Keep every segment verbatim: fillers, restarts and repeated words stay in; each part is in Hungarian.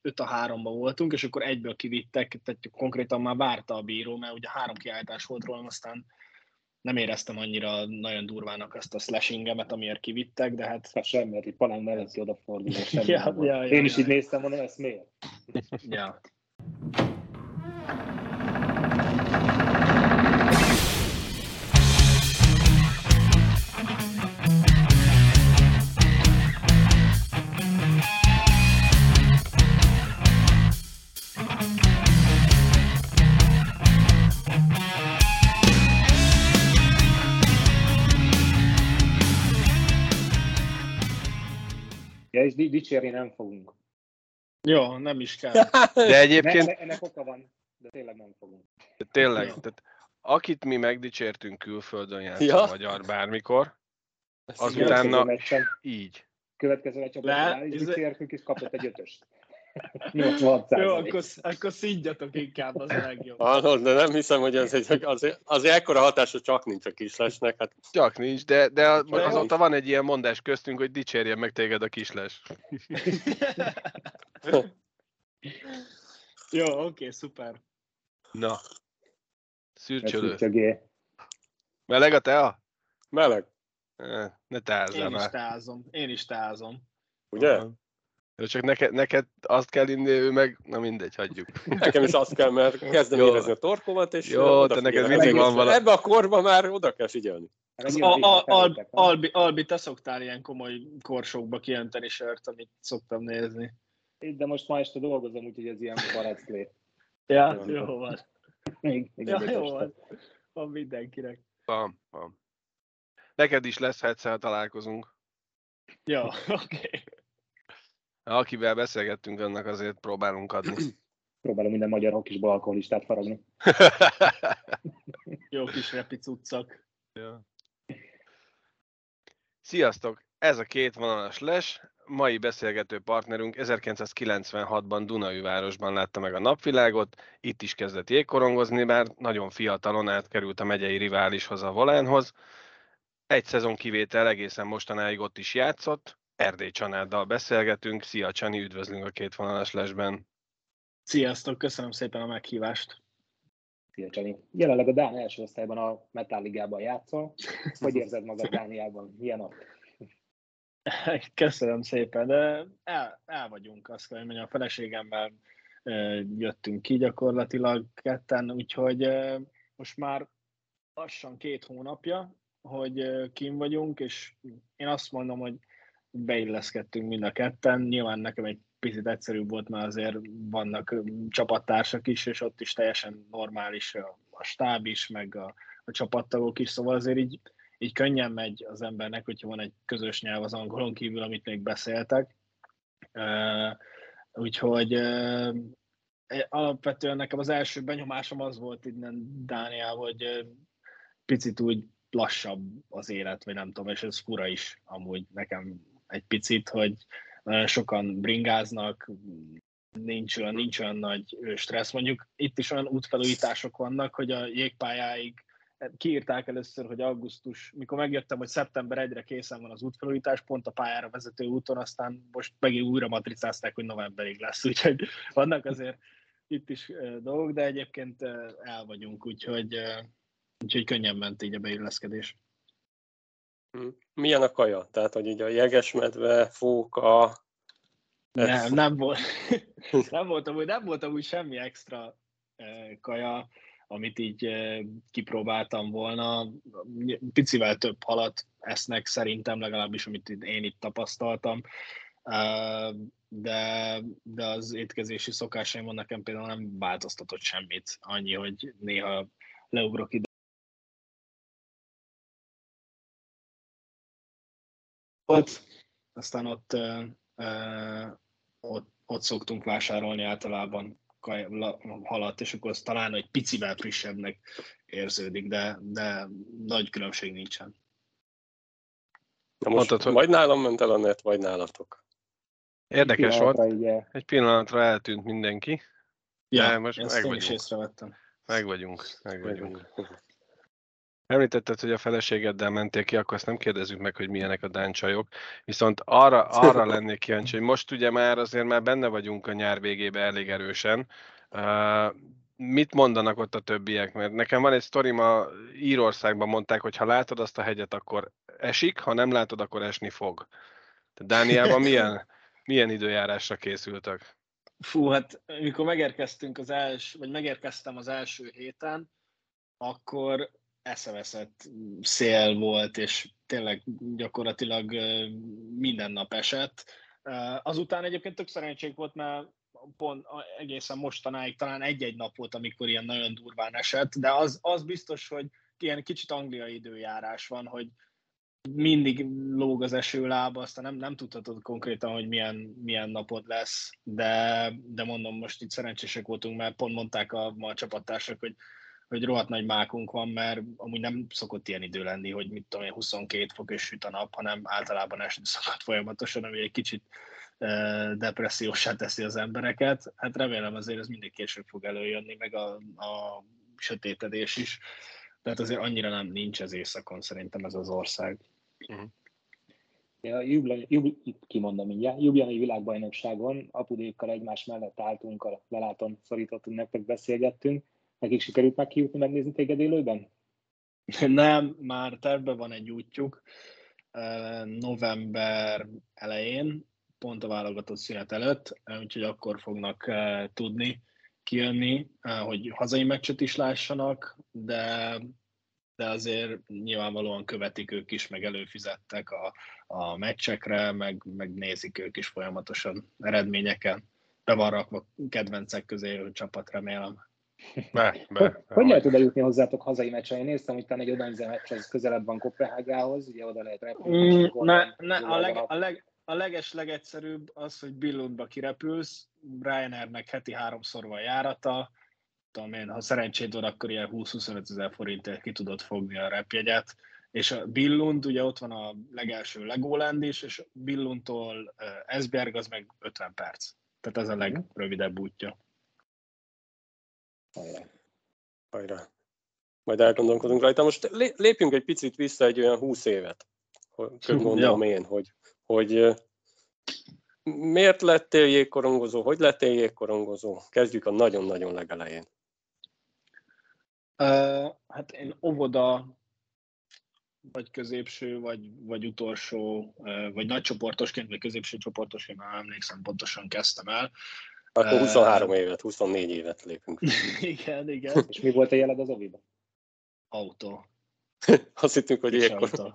öt a háromba voltunk, és akkor egyből kivittek, tehát konkrétan már várta a bíró, mert ugye három kiállítás volt rólam, aztán nem éreztem annyira nagyon durvának azt a slashingemet, amiért kivittek, de hát... Hát semmi, mert itt Palánk melletti odafordulni, semmi ja, nem volt. ja, ja, Én is ja, így néztem, mondom, ezt miért? Ja. Ja, és dicsérni nem fogunk. Jó, nem is kell. De egyébként... Ne, ennek oka van, de tényleg nem fogunk. Tényleg, tehát akit mi megdicsértünk külföldön játszó Ja. magyar bármikor, az igen. utána Meccsen, így. következő meccsen Le- is ez- dicsértünk, és kapott egy ötöst. nyolcvan Jó, százalék. akkor, akkor szídjatok inkább, az a legjobb. Hallod, de nem hiszem, hogy az egy, az, az ekkora hatása csak nincs a kislesnek. Hát Csak nincs, de, de az- De azóta nincs. van egy ilyen mondás köztünk, hogy dicsérjen meg téged a kisles. Jó, oké, szuper. Na. Ez Szürcsölő. ügyögé. Meleg a tea? meleg, Eh, Ne teázzál Én is már. teázom. Én is teázom. ugye? Jó, csak neked, neked azt kell inni, ő meg, na mindegy, hagyjuk. Nekem is azt kell, mert kezdem Jó. érezni a torkomat, és Jó, odafigyelek. te neked mindig van vala- Ebbe a korban már oda kell figyelni. Az Megint a, végre a, Al, felültek, nem? Albi, Albi, te szoktál ilyen komoly korsókba kijönteni sört, amit szoktam nézni. De most ma este dolgozom, úgyhogy ez ilyen baracklék. Ja, Jó. jó van. Még, még Ja, egy jó ötöst. van. Van mindenkinek. Van, van. Neked is lesz, ha egyszer találkozunk. Jó, oké. Akivel beszélgettünk, annak azért próbálunk adni. Próbálom minden magyar hokisból alkoholistát faragni. Jó kis repicuccak. Ja. Sziasztok! Ez a két vonalas les. Mai beszélgető partnerünk ezerkilencszázkilencvenhatban Dunaújvárosban látta meg a napvilágot, itt is kezdett jégkorongozni, bár nagyon fiatalon átkerült a megyei riválishoz, a Volánhoz. Egy szezon kivétel egészen mostanáig ott is játszott. Erdély Csanáddal beszélgetünk. Szia Csani, üdvözlünk a két vonalas lesben. Sziasztok, köszönöm szépen a meghívást. Szia Csani. Jelenleg a Dán első osztályban a Metal Ligában játszol. Hogy érzed magad Dániában? Milyen ott? Köszönöm szépen, de el, el vagyunk, azt kell, hogy mondjam, a feleségemmel ö, jöttünk ki gyakorlatilag ketten, úgyhogy ö, most már lassan két hónapja, hogy ö, kim vagyunk, és én azt mondom, hogy beilleszkedtünk mind a ketten. Nyilván nekem egy picit egyszerűbb volt, mert azért vannak ö, csapattársak is, és ott is teljesen normális a, a stáb is, meg a, a csapattagok is, szóval azért így így könnyen megy az embernek, hogyha van egy közös nyelv az angolon kívül, amit még beszéltek. Uh, úgyhogy uh, alapvetően nekem az első benyomásom az volt innen Dániában, hogy uh, picit úgy lassabb az élet, vagy nem tudom, és ez fura is amúgy nekem egy picit, hogy uh, sokan bringáznak, nincs olyan, nincs olyan nagy stressz. Mondjuk itt is olyan útfelújítások vannak, hogy a jégpályáig kiírták először, hogy augusztus, mikor megjöttem, hogy szeptember elsejére készen van az útfelújítás, pont a pályára vezető úton, aztán most megint újra matricázták, hogy novemberig lesz, úgyhogy vannak azért itt is dolgok, de egyébként el vagyunk, úgyhogy, úgyhogy könnyen ment így a beilleszkedés. Milyen a kaja? Tehát, hogy így a jegesmedve, fóka... Nem, nem volt, nem volt amúgy, nem volt amúgy semmi extra kaja, amit így kipróbáltam volna. Picivel több halat esznek szerintem, legalábbis amit én itt tapasztaltam. De, de az étkezési szokásaimon nekem például nem változtatott semmit. Annyi, hogy néha leugrok ide. Ott, aztán ott, ott, ott szoktunk vásárolni általában halat, és akkor az talán egy picivel frissebbnek érződik, de, de nagy különbség nincsen. Na most Mondtad, hogy- vagy nálam ment el a net, vagy nálatok. Érdekes volt. Pillanatra így, eh, Egy pillanatra eltűnt mindenki. Ja, De most ezt meg én is vagyunk. észrevettem. Meg vagyunk, meg vagyunk. Említetted, hogy a feleségeddel mentél ki, akkor azt nem kérdezzük meg, hogy milyenek a dán csajok. Viszont arra, arra lennék kíváncsi, hogy most ugye már azért már benne vagyunk a nyár végébe elég erősen. Uh, mit mondanak ott a többiek? Mert nekem van egy sztorim, a Írországban mondták, hogy ha látod azt a hegyet, akkor esik, ha nem látod, akkor esni fog. De Dániában milyen, milyen időjárásra készültek? Fú, hát amikor megérkeztünk az első, vagy megérkeztem az első héten, akkor eszeveszett szél volt, és tényleg gyakorlatilag minden nap esett. Azután egyébként tök szerencsénk volt, mert pont egészen mostanáig talán egy-egy nap volt, amikor ilyen nagyon durván esett, de az, az biztos, hogy ilyen kicsit angliai időjárás van, hogy mindig lóg az esőlába, aztán nem, nem tudhatod konkrétan, hogy milyen, milyen napod lesz, de, de mondom, most itt szerencsések voltunk, mert pont mondták a, a csapattársak, hogy hogy rohadt nagy mákunk van, mert amúgy nem szokott ilyen idő lenni, hogy mit tudom én, huszonkét fok és süt a nap, hanem általában esni szokott folyamatosan, ami egy kicsit uh, depressziósá teszi az embereket. Hát remélem azért ez mindig később fog előjönni, meg a, a sötétedés is. Tehát azért annyira nem nincs ez éjszakon szerintem ez az ország. Uh-huh. Ja, Jublan, jub, kimondom mindjárt, Jubileumi világbajnokságon apudékkal egymás mellett álltunk, a lelátón szorítottunk, nektek beszélgettünk. Nekik sikerült meg kijutni, megnézni téged élőben? Nem, már tervben van egy útjuk november elején, pont a válogatott szünet előtt, úgyhogy akkor fognak tudni kijönni, hogy hazai meccset is lássanak, de, de azért nyilvánvalóan követik ők is, meg előfizettek a, a meccsekre, meg, meg nézik ők is folyamatosan eredményeken. Be van rakva kedvencek közé a csapat, remélem. Be, be, hogy lehet oda jutni hozzátok hazai meccsen? Én néztem, hogy talán egy Odense meccs az közelebb van Koppenhágához, ugye oda lehet repülni. Mm, ne, ne, a, leg, a, leg, a leges legegyszerűbb az, hogy Billundba kirepülsz, Ryanairnek heti háromszor van járata, tudom én, ha szerencséd van, akkor ilyen húsz-huszonöt ezer forintért ki tudod fogni a repjegyet, és a Billund, ugye ott van a legelső Legoland is, és Billundtól Esbjerg az meg ötven perc. Tehát ez a legrövidebb útja. Hajrá. Majd elgondolkodunk rajta. Most lépjünk egy picit vissza egy olyan húsz évet. Gondolom én, hogy, hogy miért lettél jégkorongozó, hogy lettél jégkorongozó? Kezdjük a nagyon-nagyon legelején. Uh, hát én óvoda, vagy középső, vagy, vagy utolsó, uh, vagy nagycsoportosként, vagy középső csoportosként, már emlékszem, pontosan kezdtem el. Akkor huszonhárom évet, huszonnégy évet lépünk. Igen, igen. És mi volt a jeled az oviban? Autó. Azt hittünk, hogy ilyenkor.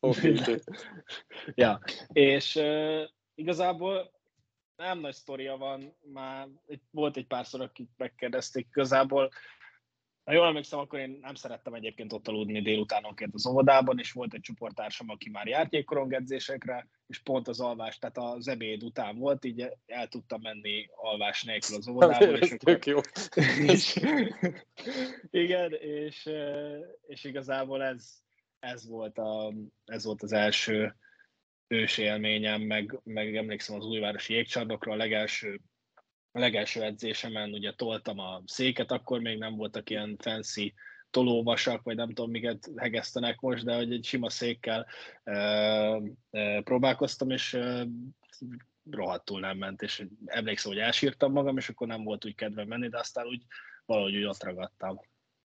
Ja, és uh, igazából nem nagy sztoria van, már volt egy párszor, akik megkérdezték igazából. Ha jól emlékszem, akkor én nem szerettem egyébként ott aludni délutánonként az óvodában, és volt egy csoporttársam, aki már járt jégkorongedzésekre, és pont az alvás, tehát az ebéd után volt, így el tudtam menni alvás nélkül az óvodából. És akkor... jó. és... Igen, és, és igazából ez, ez, volt a, ez volt az első ős élményem, meg, meg emlékszem az újvárosi jégcsarnokra, a legelső A legelső edzésemen ugye toltam a széket, akkor még nem voltak ilyen fancy tolóvasak, vagy nem tudom, miket hegesztenek most, de hogy egy sima székkel e, e, próbálkoztam, és e, rohadtul nem ment, és emlékszem, hogy elsírtam magam, és akkor nem volt úgy kedvem menni, de aztán úgy valahogy úgy ott ragadtam.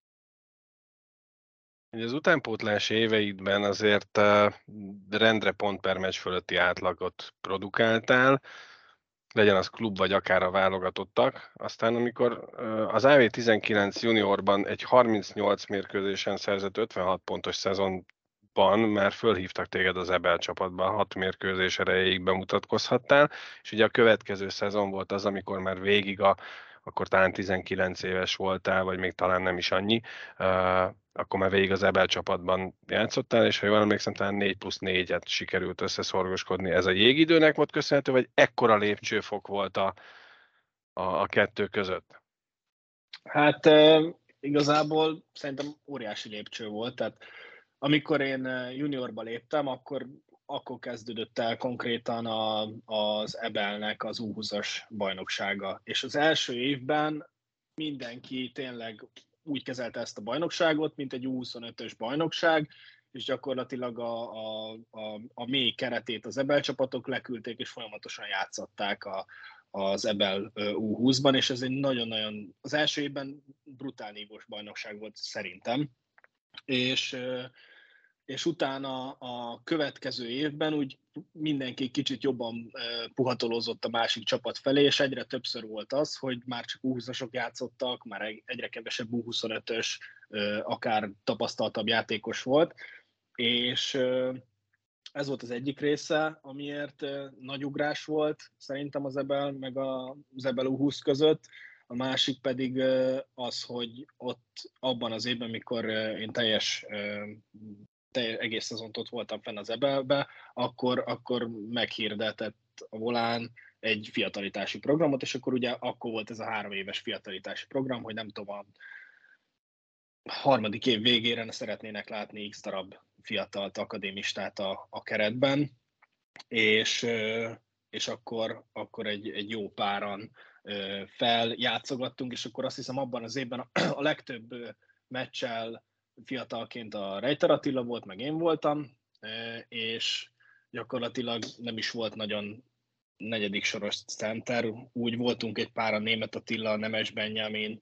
Az utánpótlási éveidben azért uh, rendre pont per meccs fölötti átlagot produkáltál, legyen az klub, vagy akár a válogatottak. Aztán amikor az á vé tizenkilenc juniorban egy harmincnyolc mérkőzésen szerzett ötvenhat pontos szezonban már fölhívtak téged az Ebel csapatba, hat mérkőzés erejéig bemutatkozhattál, és ugye a következő szezon volt az, amikor már végig a, akkor talán tizenkilenc éves voltál, vagy még talán nem is annyi, akkor már végig az Ebel csapatban játszottál, és ha jól emlékszem, talán négy plusz négyet sikerült összeszorgoskodni. Ez a jégidőnek volt köszönhető, vagy ekkora lépcsőfok volt a, a, a kettő között? Hát e, igazából szerintem óriási lépcső volt, tehát amikor én juniorba léptem, akkor, akkor kezdődött el konkrétan a, az Ebelnek az U húszas bajnoksága, és az első évben mindenki tényleg úgy kezelte ezt a bajnokságot, mint egy U huszonötös bajnokság, és gyakorlatilag a, a, a, a mély keretét az Ebel csapatok leküldték, és folyamatosan játszották a, az Ebel U húszban, és ez egy nagyon-nagyon, az első évben brutál nívós bajnokság volt szerintem, és, és utána a következő évben úgy mindenki kicsit jobban puhatolózott a másik csapat felé, és egyre többször volt az, hogy már csak U húszasok játszottak, már egyre kevesebb U huszonötös, akár tapasztaltabb játékos volt, és ez volt az egyik része, amiért nagy ugrás volt szerintem az Ebel meg az Ebel U húsz között, a másik pedig az, hogy ott abban az évben, mikor én teljes, teljes egész szezont ott voltam fenn az Ebelbe, akkor, akkor meghirdetett a Volán egy fiatalitási programot, és akkor ugye akkor volt ez a három éves fiatalitási program, hogy nem tudom, a harmadik év végére szeretnének látni x darab fiatalt akadémistát a, a keretben, és, és akkor, akkor egy, egy jó páran feljátszogattunk, és akkor azt hiszem abban az évben a, a legtöbb meccsel fiatalként a Rejter Attila volt, meg én voltam, és gyakorlatilag nem is volt nagyon negyedik soros center, úgy voltunk egy pár, a Németh Attila, a Nemes Benjamin,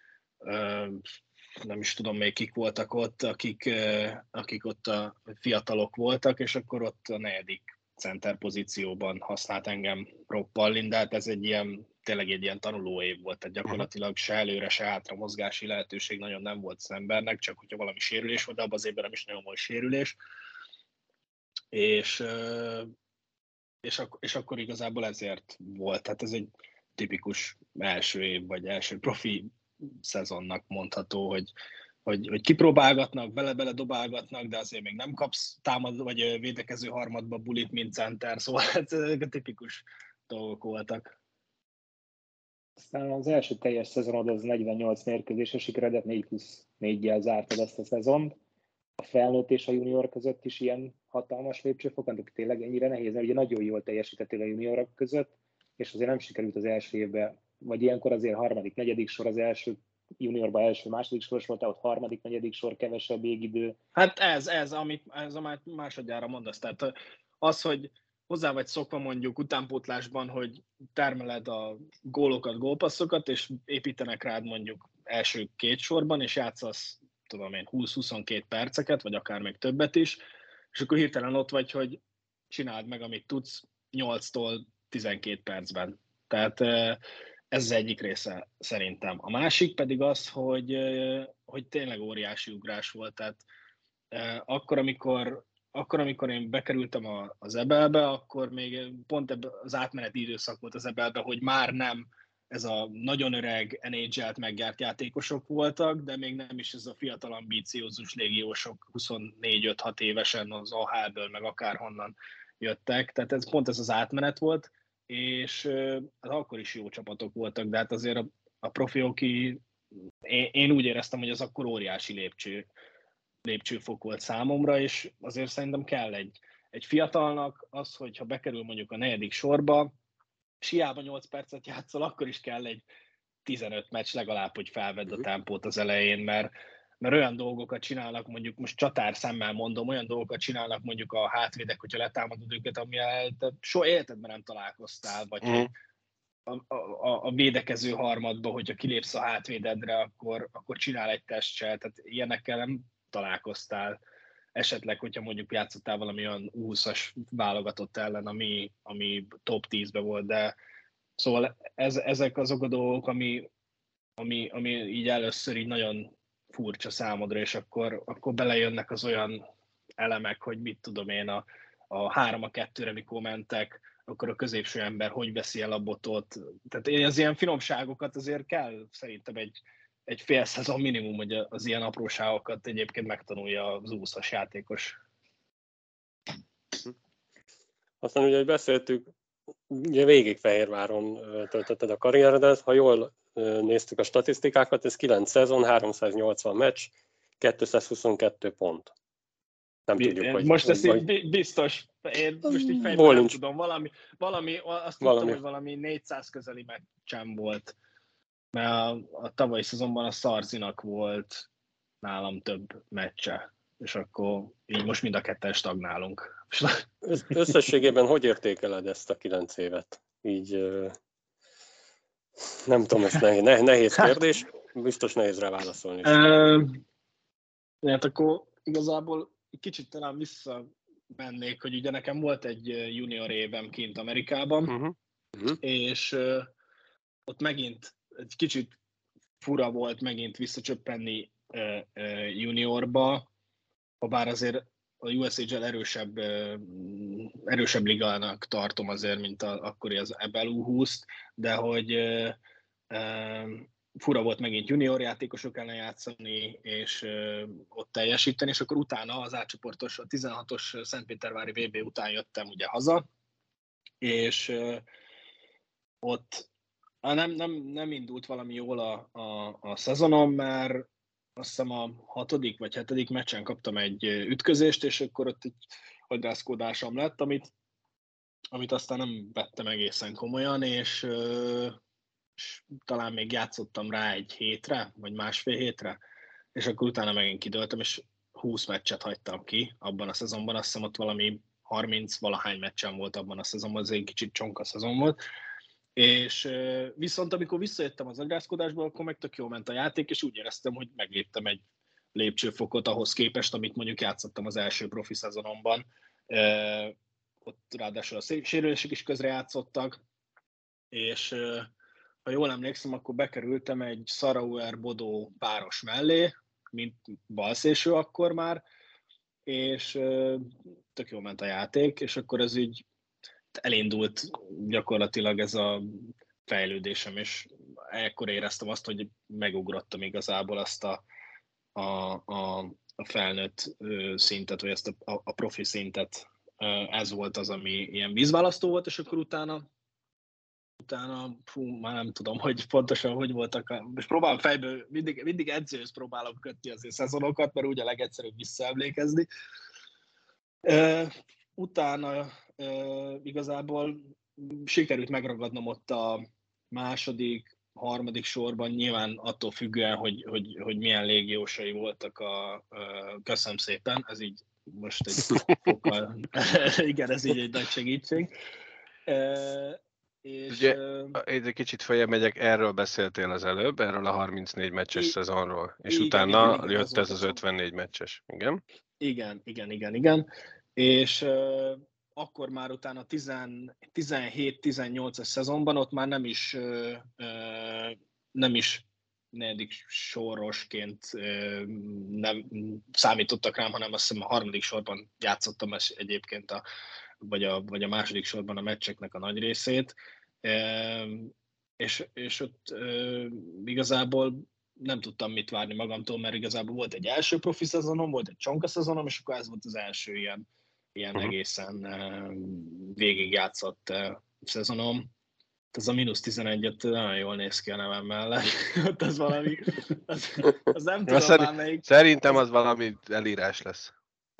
nem is tudom még kik voltak ott, akik, akik ott a fiatalok voltak, és akkor ott a negyedik center pozícióban használt engem Rob Pallin, de hát ez egy ilyen, tényleg egy ilyen tanuló év volt, tehát gyakorlatilag se előre, se hátra mozgási lehetőség nagyon nem volt az embernek, csak hogyha valami sérülés volt, de abban az évben nem is nagyon volt sérülés. És, és, ak- és akkor igazából ezért volt, tehát ez egy tipikus első év, vagy első profi szezonnak mondható, hogy, hogy, hogy kipróbálgatnak, bele-bele dobálgatnak, de azért még nem kapsz támadó vagy védekező harmadba bulit, mint center, szóval ezek a tipikus dolgok voltak. Aztán az első teljes szezonod az negyvennyolc mérkőzéses sikeredet, négy plusz négyjel zártad ezt a szezont. A felnőtt és a junior között is ilyen hatalmas lépcsőfokon, de tényleg ennyire nehéz, mert ugye nagyon jól teljesítettél a juniorok között, és azért nem sikerült az első évben, vagy ilyenkor azért harmadik, negyedik sor az első juniorban első, második soros volt, ott harmadik, negyedik sor, kevesebb égidő. Hát ez, ez, amit ez a másodjára mondasz, tehát az, hogy hozzá vagy szokva mondjuk utánpótlásban, hogy termeled a gólokat, gólpasszokat, és építenek rád mondjuk első két sorban, és játszasz, tudom én, húsz-huszonkettő perceket, vagy akár még többet is, és akkor hirtelen ott vagy, hogy csináld meg, amit tudsz nyolctól tizenkét percben. Tehát ez az egyik része szerintem. A másik pedig az, hogy, hogy tényleg óriási ugrás volt. Tehát akkor, amikor, akkor, amikor én bekerültem az Ebelbe, akkor még pont az átmeneti időszak volt az Ebelbe, hogy már nem ez a nagyon öreg en há el-t megjárt játékosok voltak, de még nem is ez a fiatal ambíciózus légiósok huszonnégy öt hat évesen az á há el-ből, meg akárhonnan jöttek. Tehát ez pont ez az átmenet volt, és az akkor is jó csapatok voltak, de hát azért a, a profióki, én, én úgy éreztem, hogy az akkor óriási lépcső, lépcsőfok volt számomra, és azért szerintem kell egy, egy fiatalnak az, hogyha bekerül mondjuk a negyedik sorba, és hiába nyolc percet játszol, akkor is kell egy tizenöt meccs legalább, hogy felvedd a tempót az elején, mert, mert olyan dolgokat csinálnak, mondjuk most csatár szemmel mondom, olyan dolgokat csinálnak mondjuk a hátvédek, hogyha letámadod őket, amivel soha életedben nem találkoztál, vagy mm. a, a, a védekező harmadba, hogyha kilépsz a hátvédedre, akkor, akkor csinál egy testcsel, tehát ilyenekkel nem találkoztál. Esetleg, hogyha mondjuk játszottál valami olyan u húszas válogatott ellen, ami, ami top tízben volt, de szóval ez, ezek azok a dolgok, ami, ami, ami így először így nagyon furcsa számodra, és akkor, akkor belejönnek az olyan elemek, hogy mit tudom én, a, a három a kettőre, mikor mentek, akkor a középső ember hogy veszi el a botot. Tehát az ilyen finomságokat azért kell szerintem egy, egy fél szezon minimum, hogy az ilyen apróságokat egyébként megtanulja az u húszas játékos. Aztán ugye beszéltük, ugye végig Fehérváron töltötted a karrieredet, ha jól néztük a statisztikákat, ez kilenc szezon, háromszáznyolcvan meccs, kétszázhuszonkettő pont. Nem B- tudjuk, hogy... Most ezt vagy... így biztos, én most így fejben nem nincs. tudom, valami, valami azt valami. tudtam, hogy valami négyszáz közeli meccsem volt. mert a, a tavalyi szezonban a Szarzinak volt nálam több meccse, és akkor így most mind a ketten stagnálunk. Összességében hogy értékeled ezt a kilenc évet? Így nem tudom, ez nehéz, nehéz kérdés, biztos nehéz rá válaszolni is. Hát akkor igazából kicsit talán visszamennék, hogy ugye nekem volt egy junior évem kint Amerikában, uh-huh. és uh, ott megint egy kicsit fura volt megint visszacsöppenni uh, uh, juniorba, ha bár azért a u es há el erősebb, uh, erősebb ligának tartom azért, mint a, akkori az e bé el u húsz, de hogy uh, uh, fura volt megint junior játékosok ellen játszani, és uh, ott teljesíteni, és akkor utána az átcsoportos, a tizenhatos Szentpétervári vé bé után jöttem ugye haza, és uh, ott nem, nem, nem indult valami jól a, a, a szezonom, mert azt hiszem a hatodik vagy hetedik meccsen kaptam egy ütközést, és akkor ott egy agyrázkódásom lett, amit, amit aztán nem vettem egészen komolyan, és uh, és talán még játszottam rá egy hétre, vagy másfél hétre, és akkor utána megint kidőltem, és húsz meccset hagytam ki abban a szezonban, azt hiszem ott valami harminc valahány meccsen volt abban a szezonban, az egy kicsit csonka szezon volt, és viszont amikor visszajöttem az agyrázkodásból, akkor meg tök jól ment a játék, és úgy éreztem, hogy megléptem egy lépcsőfokot ahhoz képest, amit mondjuk játszottam az első profi szezonomban. Ott ráadásul a sérülések is közre játszottak, és ha jól emlékszem, akkor bekerültem egy Sarauer-Bodó páros mellé, mint balszélső akkor már, és tök jól ment a játék, és akkor ez így elindult gyakorlatilag ez a fejlődésem, és ekkor éreztem azt, hogy megugrottam igazából azt a, a, a, a felnőtt szintet, vagy ezt a, a profi szintet. Ez volt az, ami ilyen vízválasztó volt, és akkor utána utána, fú, már nem tudom, hogy pontosan hogy voltak, a... most próbálom fejből, mindig, mindig edzőhöz próbálom kötni azért szezonokat, mert úgy a legegyszerűbb visszaemlékezni. Uh, utána uh, igazából sikerült megragadnom ott a második, harmadik sorban, nyilván attól függően, hogy, hogy, hogy milyen légiósai voltak a uh, köszönöm szépen, ez így most egy fokkal, igen, ez így egy nagy segítség. Uh, És, ugye, én egy kicsit feljebb megyek, erről beszéltél az előbb, erről a harmincnégy meccses I- szezonról, és igen, utána igen, igen, jött ez az ötvennégy meccses, igen? Igen, igen, igen, igen, és uh, akkor már utána tizenhét tizennyolcas szezonban ott már nem is, uh, uh, nem is negyedik sorosként uh, nem számítottak rám, hanem azt hiszem a harmadik sorban játszottam egyébként a Vagy a, vagy a második sorban a meccseknek a nagy részét, e, és, és ott e, igazából nem tudtam mit várni magamtól, mert igazából volt egy első profi szezonom, volt egy csonka szezonom, és akkor ez volt az első ilyen, ilyen uh-huh. egészen e, végigjátszott e, szezonom. Ez a mínusz tizenegyet nagyon jól néz ki a nevem mellett. Ott az valami, az, az nem tudom szerint, már melyik. Szerintem az valami elírás lesz.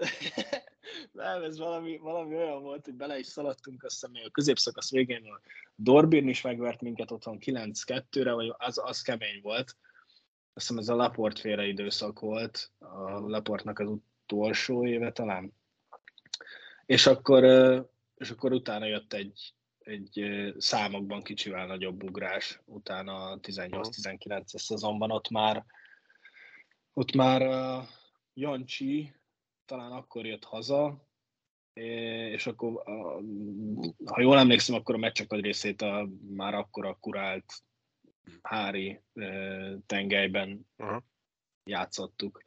Nem, ez valami, valami olyan volt, hogy bele is szaladtunk, azt hiszem, a középszakasz végén a Dorbirn is megvert minket otthon kilenc kettőre, vagy az, az kemény volt. Azt hiszem ez a Laport féle időszak volt, a Laportnak az utolsó éve talán. És akkor, és akkor utána jött egy, egy számokban kicsivel nagyobb ugrás, utána a tizennyolc tizenkilences szezonban ott már, ott már uh, Jancsi talán akkor jött haza, és akkor, ha jól emlékszem, akkor a meccsek nagy részét a, már akkor a kurált hári tengelyben uh-huh. játszottuk.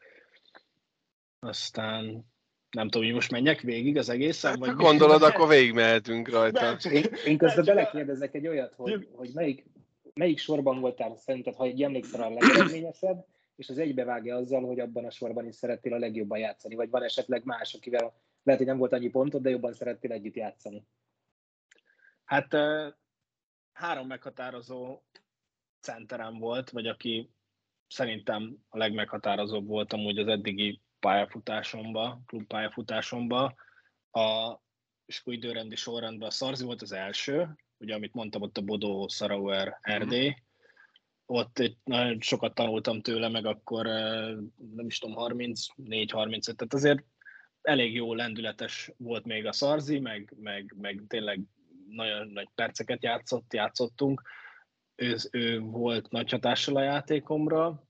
Aztán nem tudom, hogy most menjek végig az egészen? Hát, vagy ha gondolod, akkor végigmehetünk rajta. Én, én közben belekérdezek egy olyat, hogy, hogy melyik, melyik sorban voltál szerinted, ha emlékszel a legeredményesebb, és az egybevágja azzal, hogy abban a sorban is szerettél a legjobban játszani, vagy van esetleg más, akivel lehet, hogy nem volt annyi pontod, de jobban szerettél együtt játszani? Hát három meghatározó centerem volt, vagy aki szerintem a legmeghatározóbb volt amúgy az eddigi pályafutásomba, klubpályafutásomba. A, és akkor időrendi sorrendben a Szarzi volt az első, ugye amit mondtam ott a Bodó, Sarauer, Erdély. ott egy, nagyon sokat tanultam tőle, meg akkor nem is tudom, harmincnégy harmincöt, tehát azért elég jó lendületes volt még a Szarzi, meg, meg, meg tényleg nagyon nagy perceket játszott, játszottunk. Ő, ő volt nagy hatással a játékomra.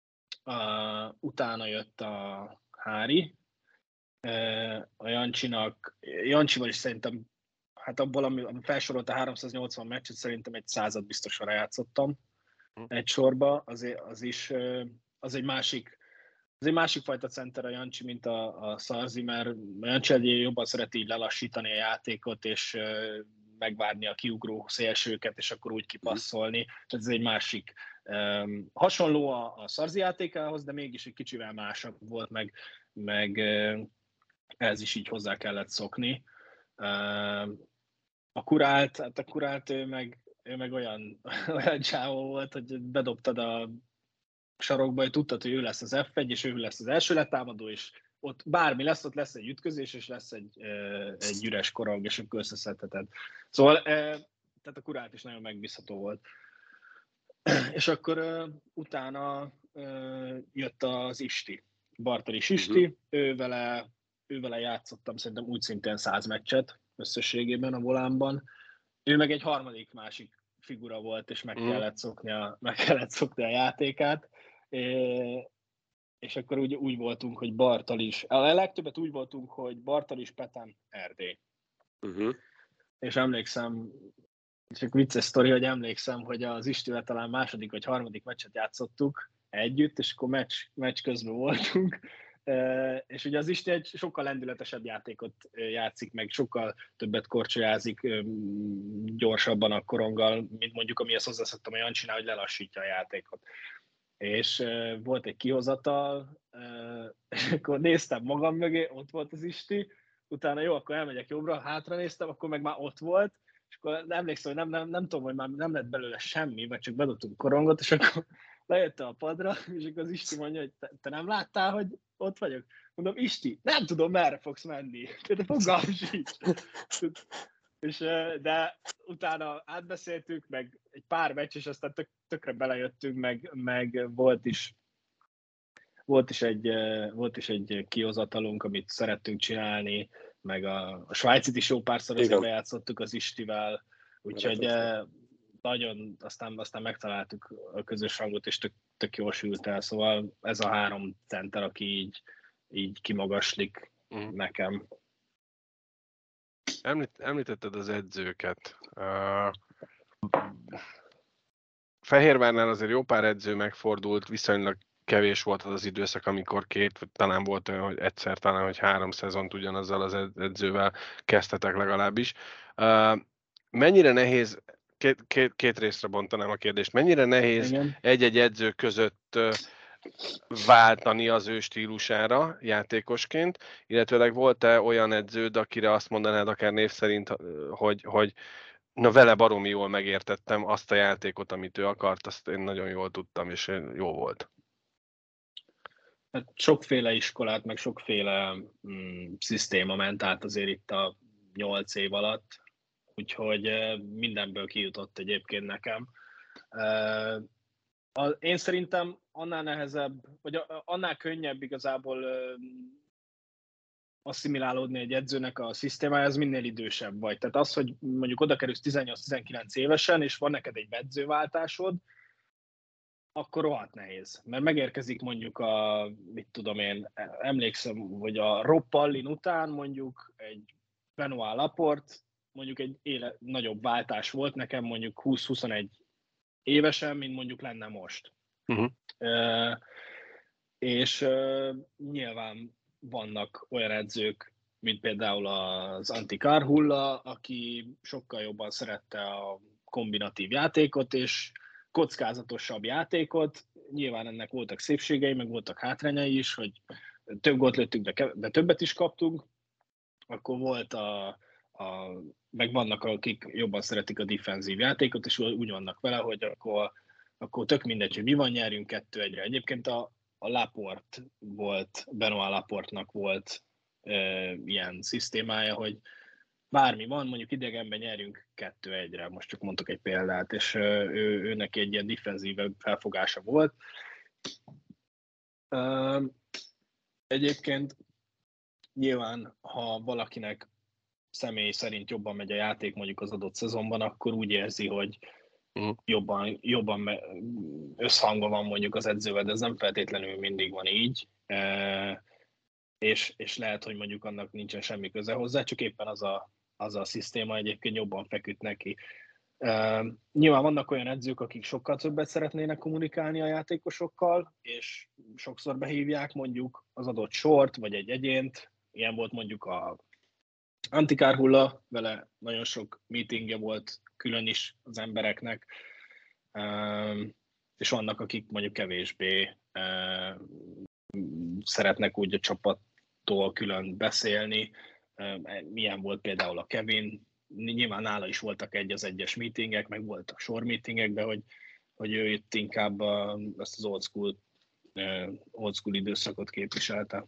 Uh, utána jött a Hári. Uh, a Jancsinak, Jancsival is szerintem, hát abból, ami, ami felsorolt a háromszáznyolcvan meccset, szerintem egy század biztosra játszottam egy sorba. Az, az is, az egy másik Ez egy másik fajta center a Jancsi, mint a, a Szarzi, mert a Jancsi jobban szereti így lelassítani a játékot, és uh, megvárni a kiugró szélsőket, és akkor úgy kipasszolni. Tehát ez egy másik. Um, hasonló a, a Szarzi játékához, de mégis egy kicsivel másabb volt, meg, meg uh, ez is így hozzá kellett szokni. Uh, a Kurált, hát a Kurált ő meg, ő meg olyan, olyan csávó volt, hogy bedobtad a sarokba, hogy tudtad, hogy ő lesz az ef egy, és ő lesz az első letámadó, és ott bármi lesz, ott lesz egy ütközés, és lesz egy, egy üres korong, és akkor összeszedheted. Szóval, tehát a Kurált is nagyon megbízható volt. És akkor utána jött az Isti, Bartalis Isti, uh-huh. ő, vele, ő vele játszottam szerintem úgy szintén száz meccset összességében a volánban. Ő meg egy harmadik másik figura volt, és meg, mm. kellett, szokni a, meg kellett szokni a játékát, é, és akkor úgy, úgy voltunk, hogy Bartalis, a legtöbbet úgy voltunk, hogy Bartalis, Petán, Erdély. Uh-huh. És emlékszem, csak vicces sztori, hogy emlékszem, hogy az Istivel talán második vagy harmadik meccset játszottuk együtt, és akkor meccs, meccs közben voltunk, és ugye az Isti egy sokkal lendületesebb játékot játszik, meg sokkal többet korcsolyázik gyorsabban a koronggal, mint mondjuk amihez hozzászoktam a Jancsinál, hogy lelassítja a játékot. És volt egy kihozatal, és akkor néztem magam mögé, ott volt az Isti, utána jó, akkor elmegyek jobbra, hátra néztem, akkor meg már ott volt, és akkor emlékszem, hogy nem, nem, nem tudom, hogy már nem lett belőle semmi, mert csak bedobtunk korongot, és akkor lejöttem a padra, és akkor az Isti mondja, hogy te, te nem láttál, hogy ott vagyok? Mondom, Isti, nem tudom, merre fogsz menni. De fogalmam sincs. És, de utána átbeszéltük, meg egy pár meccs, és aztán tök, tökre belejöttünk, meg, meg volt is volt is egy, volt is egy kihozatalunk, amit szerettünk csinálni, meg a, a Svájcit is jó párszor azért bejátszottuk az Istivel, úgyhogy nagyon, aztán, aztán megtaláltuk a közös hangot, és tök, tök jól sült el, szóval ez a három center, aki így, így kimagaslik mm. nekem. Említ, említetted az edzőket. Uh, Fehérvárnál azért jó pár edző megfordult, viszonylag kevés volt az az időszak, amikor két, talán volt olyan, hogy egyszer, talán, hogy három szezont ugyanazzal az edzővel kezdtetek legalábbis. Uh, mennyire nehéz, két, két, két részre bontanám a kérdést, mennyire nehéz Igen. egy-egy edző között uh, váltani az ő stílusára játékosként, illetőleg volt-e olyan edződ, akire azt mondanád akár név szerint, hogy, hogy na vele baromi jól megértettem azt a játékot, amit ő akart, azt én nagyon jól tudtam, és jó volt. Hát sokféle iskolát, meg sokféle mm, szisztéma ment át azért itt a nyolc év alatt, úgyhogy mindenből kijutott egyébként nekem. Én szerintem annál nehezebb, vagy annál könnyebb igazából asszimilálódni egy edzőnek a szisztémája, az minél idősebb vagy. Tehát az, hogy mondjuk oda kerülsz tizennyolc-tizenkilenc évesen, és van neked egy edzőváltásod, akkor rohadt nehéz. Mert megérkezik mondjuk a, mit tudom én, emlékszem, hogy a Rob Pallin után mondjuk egy Benoit Laporte, mondjuk egy éle, nagyobb váltás volt nekem mondjuk húsz-huszonegy évesen, mint mondjuk lenne most. Uh-huh. Uh, és uh, nyilván vannak olyan edzők, mint például az Antti Karhulla, aki sokkal jobban szerette a kombinatív játékot, és kockázatosabb játékot. Nyilván ennek voltak szépségei, meg voltak hátrányai is, hogy több gólt lőttünk, de, kev- de többet is kaptunk. Akkor volt a, a, meg vannak, akik jobban szeretik a defenzív játékot, és úgy vannak vele, hogy akkor, akkor tök mindegy, hogy mi van, nyerjünk kettő egyre. Egyébként a, a Laporte volt, Benoit Laporte-nak volt e, ilyen szisztémája, hogy bármi van, mondjuk idegenben nyerjünk kettő egyre, most csak mondtok egy példát, és ő, ő neki egy ilyen defenzívebb felfogása volt. Egyébként nyilván, ha valakinek személy szerint jobban megy a játék mondjuk az adott szezonban, akkor úgy érzi, hogy jobban, jobban összhangban van mondjuk az edzővel, de ez nem feltétlenül mindig van így, és, és lehet, hogy mondjuk annak nincsen semmi köze hozzá, csak éppen az a, az a szisztéma egyébként jobban feküdt neki. Nyilván vannak olyan edzők, akik sokkal többet szeretnének kommunikálni a játékosokkal, és sokszor behívják mondjuk az adott sort, vagy egy egyént. Ilyen volt mondjuk a Antikár Hulla, vele nagyon sok meetingje volt külön is az embereknek, és vannak, akik mondjuk kevésbé szeretnek úgy a csapattól külön beszélni. Milyen volt például a Kevin, nyilván nála is voltak egy az egyes meetingek, meg voltak sor meetingek, de hogy, hogy ő itt inkább a, ezt az old school, old school időszakot képviselte.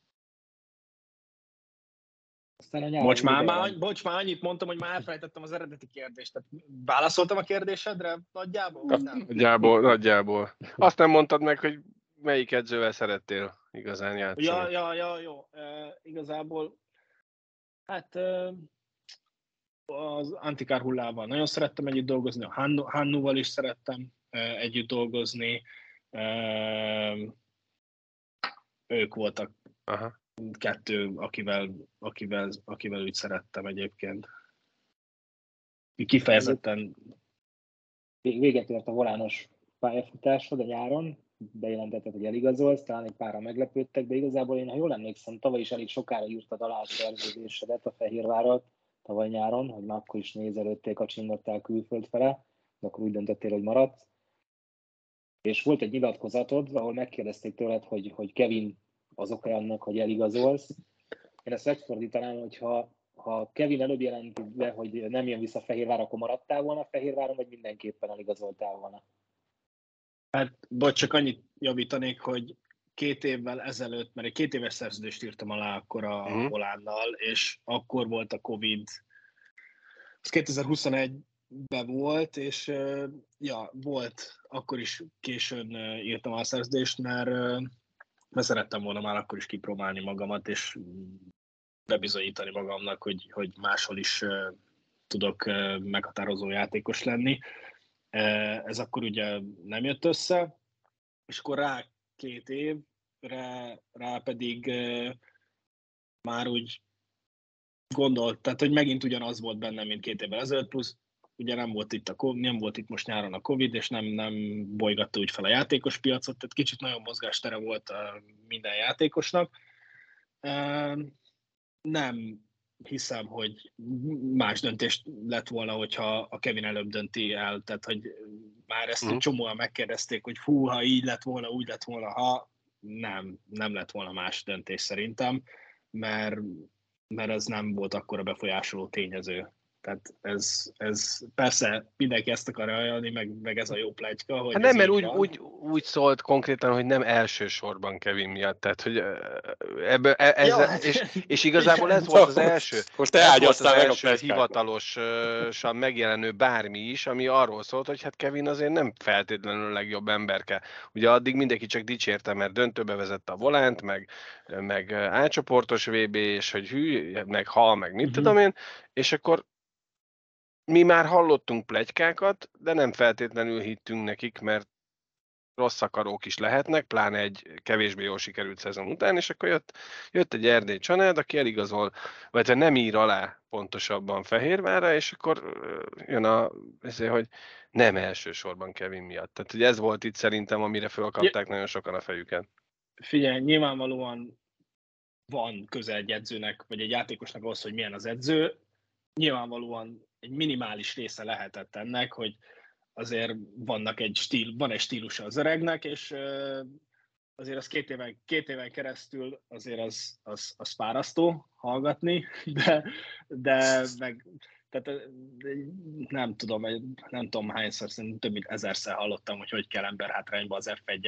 Bocs már, már, bocs, már annyit mondtam, hogy már elfelejtettem az eredeti kérdést. Tehát válaszoltam a kérdésedre nagyjából? Nem. Nagyjából, nagyjából. Azt nem mondtad meg, hogy melyik edzővel szerettél igazán játszani? Ja, ja, ja, jó. E, igazából, hát e, az Antikár Hullával nagyon szerettem együtt dolgozni, a Hannu, Hannuval is szerettem e, együtt dolgozni. E, ők voltak. Aha. Kettő, akivel, akivel, akivel úgy szerettem egyébként. Kifejezetten... Véget ért a volános pályafutásod a nyáron, bejelentetted, hogy eligazolsz, talán egy páran meglepődtek, de igazából én, ha jól emlékszem, tavaly is elég sokára írtad alá a szerződésedet a Fehérvárral tavaly nyáron, hogy már akkor is nézelődtél, kacsingattál külföld fele, de akkor úgy döntöttél, hogy maradsz. És volt egy nyilatkozatod, ahol megkérdezték tőled, hogy, hogy Kevin az oka annak, hogy eligazolsz. Én ezt megfordítanám, hogy ha, ha Kevin előbb jelenti be, hogy nem jön vissza Fehérvár, akkor maradtál volna Fehérváron, vagy mindenképpen eligazoltál volna? Hát, bocs, csak annyit javítanék, hogy két évvel ezelőtt, mert egy két éves szerződést írtam alá akkor a uh-huh. Holánnal, és akkor volt a Covid. Ez kétezer-huszonegyben volt, és ja, volt, akkor is későn írtam a szerződést, mert mert szerettem volna már akkor is kipróbálni magamat, és bebizonyítani magamnak, hogy, hogy máshol is uh, tudok uh, meghatározó játékos lenni. Uh, ez akkor ugye nem jött össze, és akkor rá két évre, rá pedig uh, már úgy gondolt, tehát hogy megint ugyanaz volt bennem, mint két évvel ezelőtt, plusz ugye nem volt itt, a, nem volt itt most nyáron a Covid, és nem, nem bolygatta úgy fel a játékos piacot, tehát kicsit nagyon mozgástere volt a minden játékosnak. Nem hiszem, hogy más döntést lett volna, hogyha a Kevin előbb dönti el, tehát hogy már ezt egy csomóan megkérdezték, hogy hú, ha így lett volna, úgy lett volna, ha nem, nem lett volna más döntés szerintem, mert, mert ez nem volt akkora befolyásoló tényező. Tehát ez, ez persze mindenki ezt akar ajánlani, meg, meg ez a jó pletyka, hogy hát nem, mert úgy, úgy, úgy szólt konkrétan, hogy nem elsősorban Kevin miatt, tehát hogy ebből, ez, ja, és, és igazából ez volt az első, most te ágyaztál meg a első hivatalosan megjelenő bármi is, ami arról szólt, hogy hát Kevin azért nem feltétlenül a legjobb emberke. Ugye addig mindenki csak dicsérte, mert döntőbe vezette a volánt, meg, meg A-csoportos vé bé, és hogy hű, meg hal, meg mit uh-huh. tudom én, és akkor mi már hallottunk pletykákat, de nem feltétlenül hittünk nekik, mert rossz akarók is lehetnek, pláne egy kevésbé jól sikerült szezon után, és akkor jött, jött egy Erdély Csanád, aki eligazol, vagy nem ír alá pontosabban Fehérvárra, és akkor jön a, ezért, hogy nem elsősorban Kevin miatt. Tehát hogy ez volt itt szerintem, amire fölkapták nagyon sokan a fejüket. Figyelj, nyilvánvalóan van köze egy edzőnek, vagy egy játékosnak ahhoz, hogy milyen az edző. Nyilvánvalóan egy minimális része lehetett ennek, hogy azért vannak egy stíl, van egy stílusa az öregnek, és azért az két éven, két éven keresztül azért az, az, az fárasztó hallgatni, de, de meg, tehát nem tudom, nem tudom hányszor, szerintem több mint ezerszer hallottam, hogy hogy kell emberhátrányba az ef egyes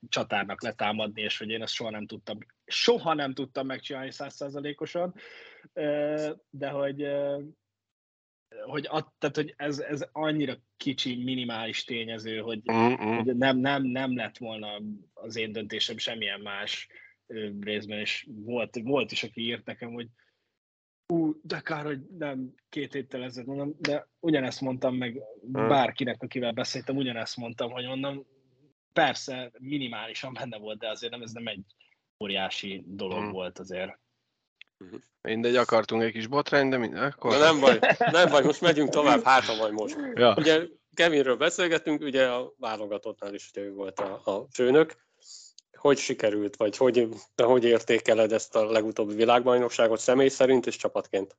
csatárnak letámadni, és hogy én ezt soha nem tudtam, soha nem tudtam megcsinálni száz százalékosan, de hogy, hogy, ad, tehát, hogy ez, ez annyira kicsi, minimális tényező, hogy, hogy nem, nem, nem lett volna az én döntésem semmilyen más részben, és volt, volt is, aki írt nekem, hogy ú, de kár, hogy nem két héttel ezelőtt mondom, de ugyanezt mondtam meg bárkinek, akivel beszéltem, ugyanezt mondtam, hogy mondom, persze minimálisan benne volt, de azért nem, ez nem egy óriási dolog mm. volt azért. Mindegy, akartunk egy kis botrány, de minden, akkor... Na nem baj, nem baj, most megyünk tovább, hátra majd most. Ja. Ugye Kevinről beszélgettünk, ugye a válogatottnál is ő volt a, a főnök. Hogy sikerült, vagy hogy, de hogy értékeled ezt a legutóbbi világbajnokságot személy szerint és csapatként?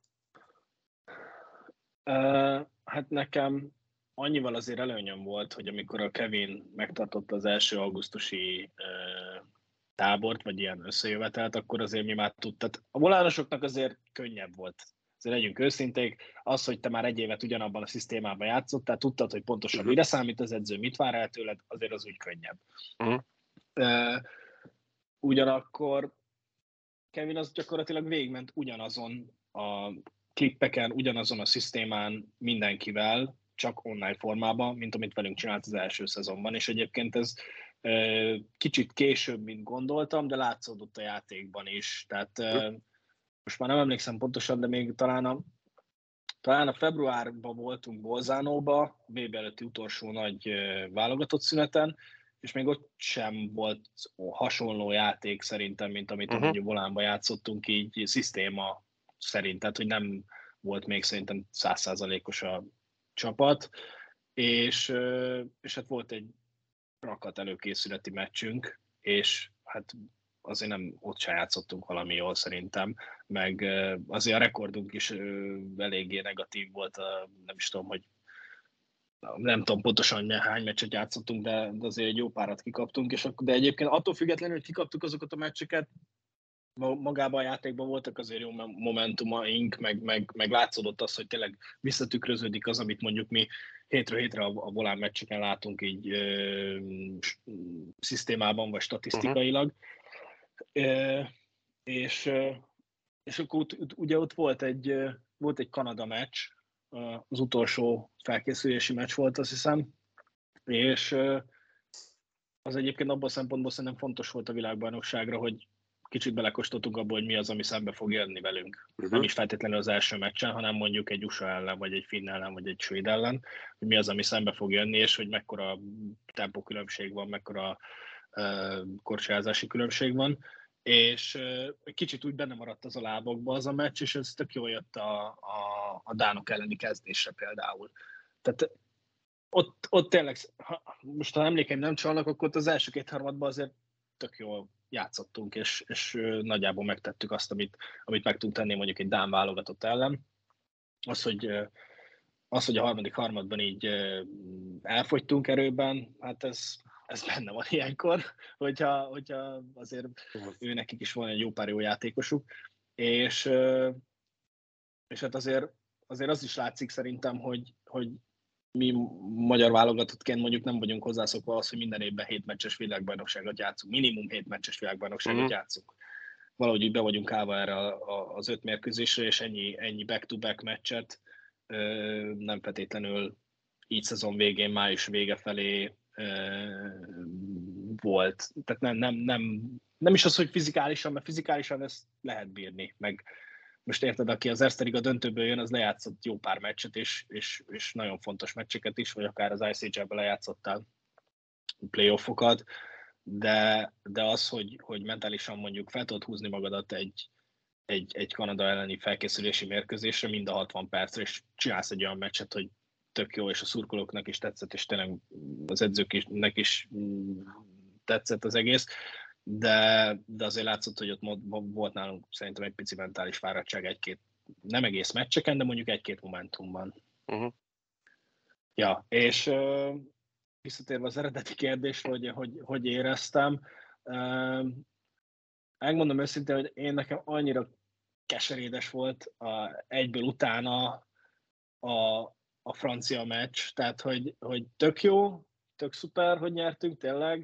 Uh, hát nekem annyival azért előnyöm volt, hogy amikor a Kevin megtartotta az első augusztusi uh, tábort, vagy ilyen összejövetelt, akkor azért mi már tudtad. A volánosoknak azért könnyebb volt. Azért legyünk őszinték, az, hogy te már egy évet ugyanabban a szisztémában játszottál, tudtad, hogy pontosan uh-huh. mire számít az edző, mit vár el tőled, azért az úgy könnyebb. Uh-huh. Uh, ugyanakkor Kevin az gyakorlatilag végigment ugyanazon a klippeken, ugyanazon a szisztémán mindenkivel, csak online formában, mint amit velünk csinált az első szezonban, és egyébként ez uh, kicsit később, mint gondoltam, de látszódott a játékban is, tehát uh, most már nem emlékszem pontosan, de még talán a, talán a februárban voltunk Bolzánóba, vé bé előtti utolsó nagy uh, válogatott szüneten, és még ott sem volt hasonló játék szerintem, mint amit uh-huh. mondjuk volánban játszottunk így szisztéma szerint, tehát hogy nem volt még szerintem száz százalékos a csapat, és, és hát volt egy rakat előkészületi meccsünk, és hát azért nem ott sem játszottunk valami jól szerintem, meg azért a rekordunk is eléggé negatív volt, nem is tudom, hogy nem tudom pontosan hány meccset játszottunk, de, de azért egy jó párat kikaptunk, és akkor, de egyébként attól függetlenül, hogy kikaptuk azokat a meccseket, magában a játékban voltak azért jó momentumaink, meg, meg, meg látszódott az, hogy tényleg visszatükröződik az, amit mondjuk mi hétről hétre a, a volán meccseken látunk így ö, szisztémában, vagy statisztikailag. Uh-huh. E, és, és akkor ugye ott volt egy, volt egy Kanada meccs, az utolsó felkészülési meccs volt, azt hiszem, és az egyébként abban a szempontból szerintem fontos volt a világbajnokságra, hogy kicsit belekóstoltunk abba, hogy mi az, ami szembe fog jönni velünk. Uh-huh. Nem is feltétlenül az első meccsen, hanem mondjuk egy u es á ellen, vagy egy finn ellen, vagy egy svéd ellen, hogy mi az, ami szembe fog jönni, és hogy mekkora tempókülönbség van, mekkora uh, korcsolyázási különbség van. És uh, kicsit úgy benne maradt az a lábokba az a meccs, és ez tök jól jött a, a, a dánok elleni kezdésre például. Tehát ott, ott tényleg, ha, most ha emlékeim nem csalnak, akkor ott az első két harmadban azért tök jól játszottunk, és, és nagyjából megtettük azt, amit, amit meg tudtunk tenni mondjuk egy dán válogatott ellen. Az, hogy, az, hogy a harmadik harmadban így elfogytunk erőben, hát ez, ez benne van ilyenkor, hogyha, hogyha azért ő nekik is van egy jó pár jó játékosuk, és, és hát azért, azért az is látszik szerintem, hogy, hogy mi magyar válogatottként mondjuk nem vagyunk hozzászokva az, hogy minden évben hét meccses világbajnokságot játszunk, minimum hét meccses világbajnokságot mm-hmm. játszunk. Valahogy úgy be vagyunk állva erre a, a, az öt mérkőzésre, és ennyi, ennyi back-to-back meccset ö, nem feltétlenül így szezon végén, május vége felé ö, volt. Tehát nem, nem, nem, nem is az, hogy fizikálisan, mert fizikálisan ezt lehet bírni, meg most érted, aki az Erste a döntőből jön, az lejátszott jó pár meccset, és, és, és nagyon fontos meccseket is, vagy akár az i cé há-ben lejátszottál playoffokat, de, de az, hogy, hogy mentálisan mondjuk fel tudod húzni magadat egy, egy, egy Kanada elleni felkészülési mérkőzésre mind a hatvan percre, és csinálsz egy olyan meccset, hogy tök jó, és a szurkolóknak is tetszett, és tényleg az edzőknek is tetszett az egész, de, de azért látszott, hogy ott volt nálunk szerintem egy pici mentális fáradtság egy-két, nem egész meccseken, de mondjuk egy-két momentumban. Uh-huh. Ja, és uh, visszatérve az eredeti kérdésre, hogy, hogy hogy éreztem, uh, megmondom őszintén, hogy én nekem annyira keserédes volt a, egyből utána a, a francia meccs, tehát hogy, hogy tök jó, tök szuper, hogy nyertünk tényleg,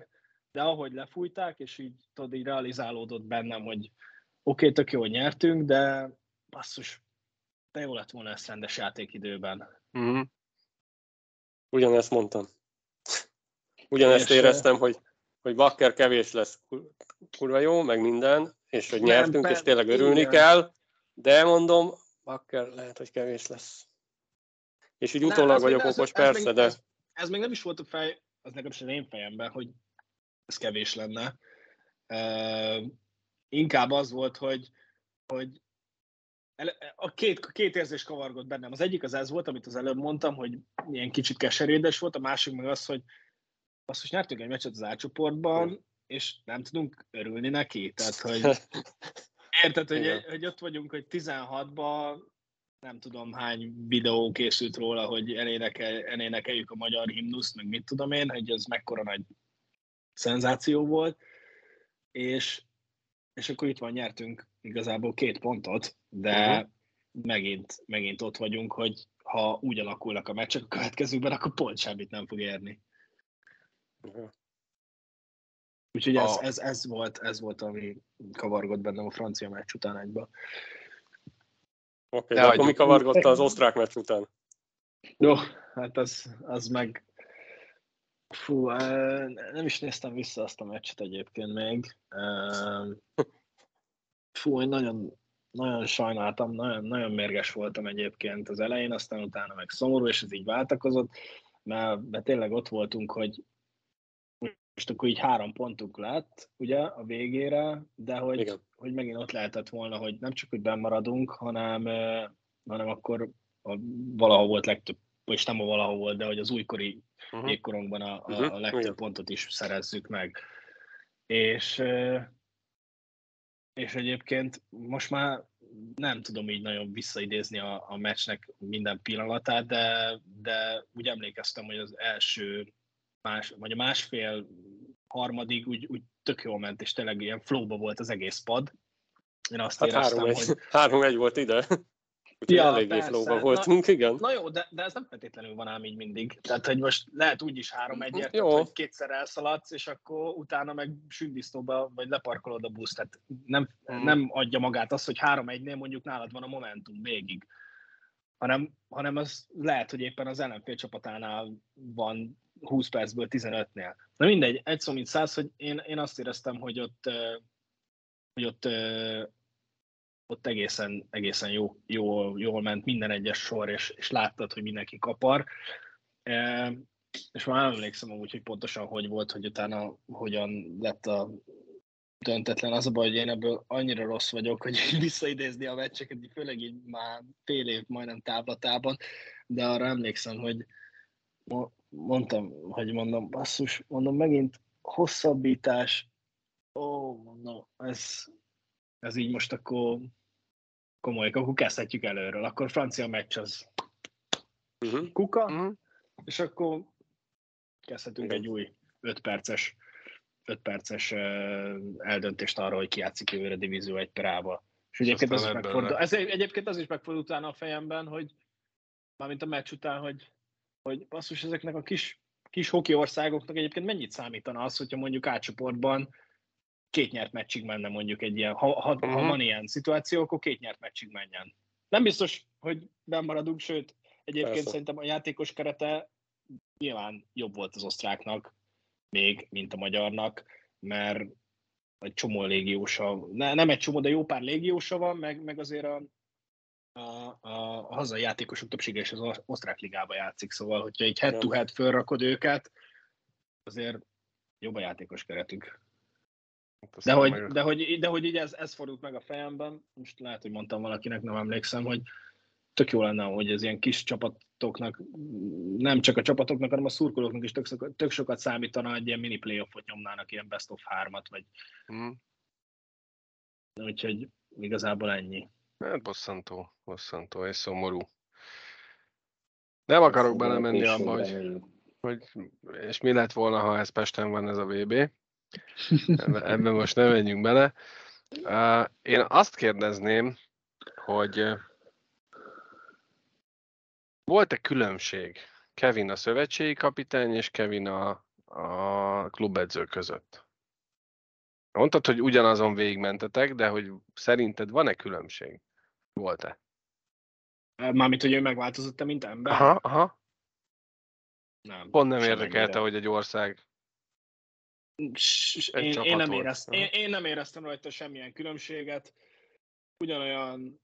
de ahogy lefújták, és így, tudod, így realizálódott bennem, hogy oké, okay, tök jól nyertünk, de basszus, de jó lett volna ezt rendes játékidőben. Uh-huh. Ugyanezt mondtam. Ugyanezt És, éreztem, hogy, hogy Bakker kevés lesz, kurva jó, meg minden, és hogy nyertünk, nem, és tényleg örülni igen. kell, de mondom, Bakker lehet, hogy kevés lesz. És így utólag nem, vagyok okos, persze, még, de... Ez, ez még nem is volt a fej, az nekem sem én fejemben, hogy ez kevés lenne. Uh, inkább az volt, hogy, hogy a két, két érzés kavargott bennem. Az egyik az ez volt, amit az előbb mondtam, hogy ilyen kicsit keserédes volt, a másik meg az, hogy azt most nyertünk egy meccset az A-csoportban, és nem tudunk örülni neki. Tehát, hogy érted, hogy, hogy ott vagyunk, hogy tizenhatban nem tudom hány videó készült róla, hogy elénekel, elénekeljük a magyar himnuszt, meg mit tudom én, hogy ez mekkora nagy szenzáció volt, és, és akkor itt van, nyertünk igazából két pontot, de uh-huh. megint, megint ott vagyunk, hogy ha úgy alakulnak a meccsek a következőben, akkor pont semmit nem fog érni. Uh-huh. Úgyhogy ez, ez, ez, volt, ez volt, ami kavargott bennem a francia meccs után egyben. Oké, okay, de akkor mi kavargott az osztrák meccs után? Jó, hát az, az meg... Fú, nem is néztem vissza azt a meccset egyébként még. Fú, én nagyon, nagyon sajnáltam, nagyon, nagyon mérges voltam egyébként az elején, aztán utána meg szomorú, és ez így váltakozott, mert, mert tényleg ott voltunk, hogy most akkor így három pontunk lett, ugye, a végére, de hogy, hogy megint ott lehetett volna, hogy nem csak, hogy bennmaradunk, hanem, hanem akkor a, valahol volt legtöbb, és nem a valahol volt, de hogy az újkori uh-huh. jégkorunkban a, a, a legtöbb uh-huh. pontot is szerezzük meg. És, és egyébként most már nem tudom így nagyon visszaidézni a, a meccsnek minden pillanatát, de, de úgy emlékeztem, hogy az első Más, vagy a másfél harmadig úgy, úgy tök jól ment, és tényleg ilyen flowba volt az egész pad. Én azt hát éreztem, három, hogy... három egy volt ide. Úgyhogy ja, eléggé persze. Flowba voltunk, na, igen. Na jó, de, de ez nem feltétlenül van ám így mindig. Tehát, hogy most lehet úgy is három egyért, tehát, hogy kétszer elszaladsz, és akkor utána meg sündisztóba, vagy leparkolod a buszt. Tehát nem, hmm. nem adja magát az, hogy három egynél mondjuk nálad van a momentum végig. Hanem, hanem az lehet, hogy éppen az ellenfél csapatánál van húsz percből tizenötnél. Na mindegy, egy szó mint száz, hogy én, én azt éreztem, hogy ott, hogy ott, ott egészen, egészen jó, jó, jól ment minden egyes sor, és, és láttad, hogy mindenki kapar. És már emlékszem amúgy, hogy pontosan hogy volt, hogy utána hogyan lett a döntetlen. Az a baj, hogy én ebből annyira rossz vagyok, hogy visszaidézni a meccseket, főleg így már fél év majdnem távlatában, de arra emlékszem, hogy mondtam, hogy mondom, basszus, mondom, megint hosszabbítás, ó, mondom, ez, ez így most akkor komoly, akkor kezdhetjük előről, akkor francia meccs az uh-huh. kuka, uh-huh. és akkor kezdhetünk uh-huh. egy új öt perces öt perces eldöntést arra, hogy ki játszik jövőre Divízió egy per A-ba. És egyébként az, is megfordul, ez, egyébként az is megfordul utána a fejemben, hogy mármint a meccs után, hogy, hogy basszus, ezeknek a kis, kis hoki országoknak egyébként mennyit számítana az, hogyha mondjuk átcsoportban két nyert meccsig menne mondjuk egy ilyen, ha, ha, uh-huh. ha van ilyen szituáció, akkor két nyert meccsig menjen. Nem biztos, hogy bemaradunk, sőt, egyébként Persze. szerintem a játékos kerete nyilván jobb volt az osztráknak, még, mint a magyarnak, mert egy csomó légiósa, ne, nem egy csomó, de jó pár légiósa van, meg, meg azért a, a, a, a hazai játékosok többsége is az osztrák ligába játszik, szóval, hogyha egy head-to-head fölrakod őket, azért jobb a játékos keretük. De hogy, meg... de hogy, de hogy így ez, ez fordult meg a fejemben, most lehet, hogy mondtam valakinek, nem emlékszem, hogy tök jó lenne, hogy ez ilyen kis csapatoknak, nem csak a csapatoknak, hanem a szurkolóknak is tök, tök sokat számítana, egy ilyen mini playoffot nyomnának, ilyen best of hármat, vagy... Mm. Úgyhogy igazából ennyi. Hát bosszantó, bosszantó és szomorú. Nem akarok belemenni abba, hogy, hogy és mi lett volna, ha ez Pesten van ez a vé bé. Ebben most nem menjünk bele. Én azt kérdezném, hogy volt-e különbség Kevin a szövetségi kapitány és Kevin a, a klubedző között. Mondtad, hogy ugyanazon végigmentetek, de hogy szerinted van-e különbség? Volt-e? Mármint, hogy ő megváltozott-e, mint ember? Aha, aha. Nem. Pont nem semennyire. érdekelte, hogy egy ország S- egy Én, csapat én, nem volt. érezt, én, én nem éreztem rajta semmilyen különbséget. Ugyanolyan,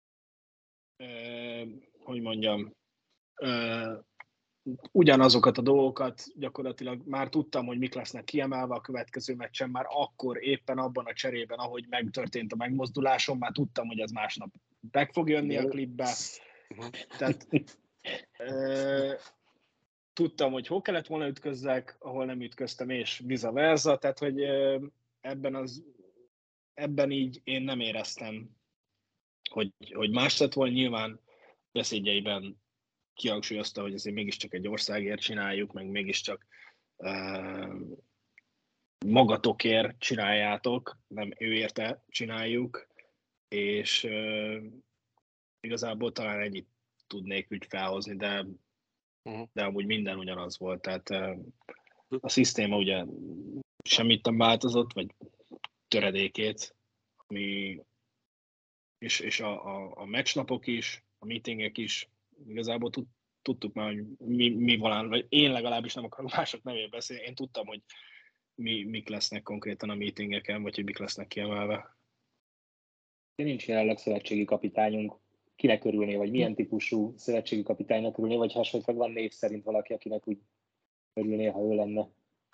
eh, hogy mondjam, eh, ugyanazokat a dolgokat gyakorlatilag már tudtam, hogy mik lesznek kiemelve a következő meccsen, már akkor éppen abban a cserében, ahogy megtörtént a megmozdulásom, már tudtam, hogy ez másnap meg fog jönni a klipbe. Tehát e, tudtam, hogy hol kellett volna ütközzek, ahol nem ütköztem, és vice versa, tehát hogy e, ebben, az, ebben így én nem éreztem, hogy, hogy más lett volna. Nyilván beszédjeiben kihangsúlyozta, hogy azért mégiscsak egy országért csináljuk, meg mégiscsak uh, magatokért csináljátok, nem ő érte csináljuk, és uh, igazából talán ennyit tudnék úgy felhozni, de, uh-huh. de amúgy minden ugyanaz volt, tehát uh, a szisztéma ugye semmit nem változott, vagy töredékét, ami, és, és a, a, a meccsnapok is, a meetingek is, igazából tud, tudtuk már, hogy mi, mi valán, vagy én legalábbis nem akarok mások nevében beszélni, én tudtam, hogy mi, mik lesznek konkrétan a meetingeken, vagy hogy mik lesznek kiemelve. Nincs jelenleg szövetségi kapitányunk. Kinek örülné, vagy milyen típusú szövetségi kapitánynak örülné, vagy esetleg van név szerint valaki, akinek úgy örülné, ha ő lenne?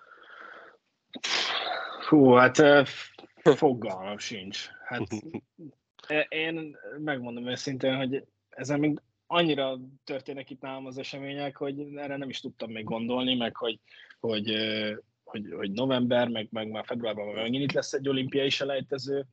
Hú, hát fogalmam sincs. Hát én megmondom őszintén, hogy ezen még annyira történnek itt nálam az események, hogy erre nem is tudtam még gondolni, meg hogy, hogy, hogy, hogy november, meg, meg már februárban megint itt lesz egy olimpiai selejtező.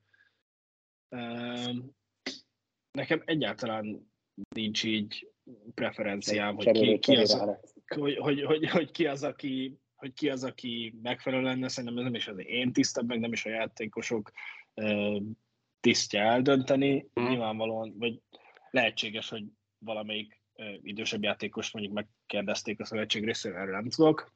Nekem egyáltalán nincs így preferenciám, hogy ki, ki az, a, hogy, hogy, hogy, hogy ki az, aki hogy ki az, aki megfelelő lenne, szerintem ez nem is az én tisztem, meg nem is a játékosok tisztje eldönteni. Mm. Nyilvánvalóan, vagy lehetséges, hogy valamelyik idősebb játékost mondjuk megkérdezték a szövetség részéről, erről nem tudok.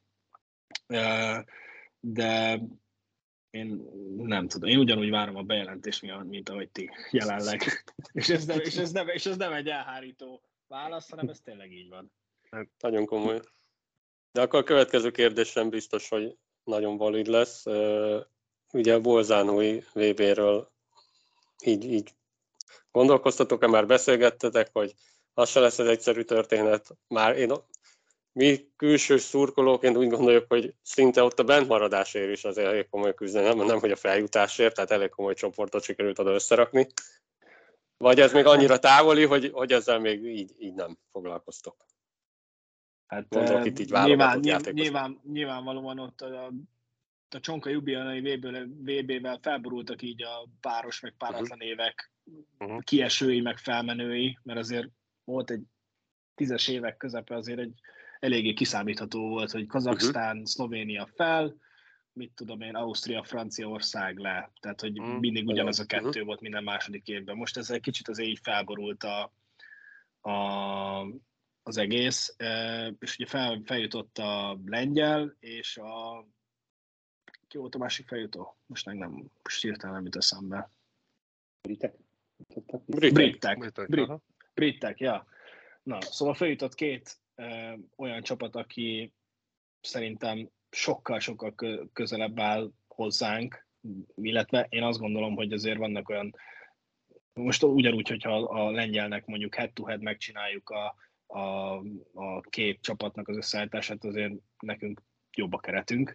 De én nem tudom. Én ugyanúgy várom a bejelentést, mint ahogy ti jelenleg. és, ez nem, és, ez nem, és ez nem egy elhárító válasz, hanem ez tényleg így van. Hát, nagyon komoly. De akkor a következő kérdésem biztos, hogy nagyon valid lesz. Ugye a bolzánói vé béről így, így gondolkoztatok-e, már beszélgettetek, hogy az se lesz egy egyszerű történet. Már én, mi külső szurkolóként úgy gondoljuk, hogy szinte ott a bentmaradásért is azért elég komoly küzdelem, nem, nem hogy a feljutásért, tehát elég komoly csoportot sikerült oda összerakni. Vagy ez még annyira távoli, hogy, hogy ezzel még így, így nem foglalkoztok? Hát gondolok itt így nyilván, nyilván, nyilvánvalóan ott a, a Csonka Jubileumi vé bével felborultak így a páros meg páratlan uh-huh. évek uh-huh. kiesői meg felmenői, mert azért volt egy tízes évek közepe, azért egy eléggé kiszámítható volt, hogy Kazaksztán, uh-huh. Szlovénia fel, mit tudom én, Ausztria, Franciaország le, tehát hogy uh-huh. mindig ugyanaz a kettő uh-huh. volt minden második évben. Most ez egy kicsit azért így felborult a, a az egész, és ugye fel, feljutott a lengyel, és a... Ki volt a másik feljutó? Most meg nem, most hirtelen nem jut eszembe. Britek? Britek. Britek, Brit, Britek, ja. Na, szóval feljutott két ö, olyan csapat, aki szerintem sokkal-sokkal közelebb áll hozzánk, illetve én azt gondolom, hogy azért vannak olyan, most ugyanúgy, hogyha a lengyelnek mondjuk head-to-head megcsináljuk a A, a két csapatnak az összeállítását, azért nekünk jobb a keretünk.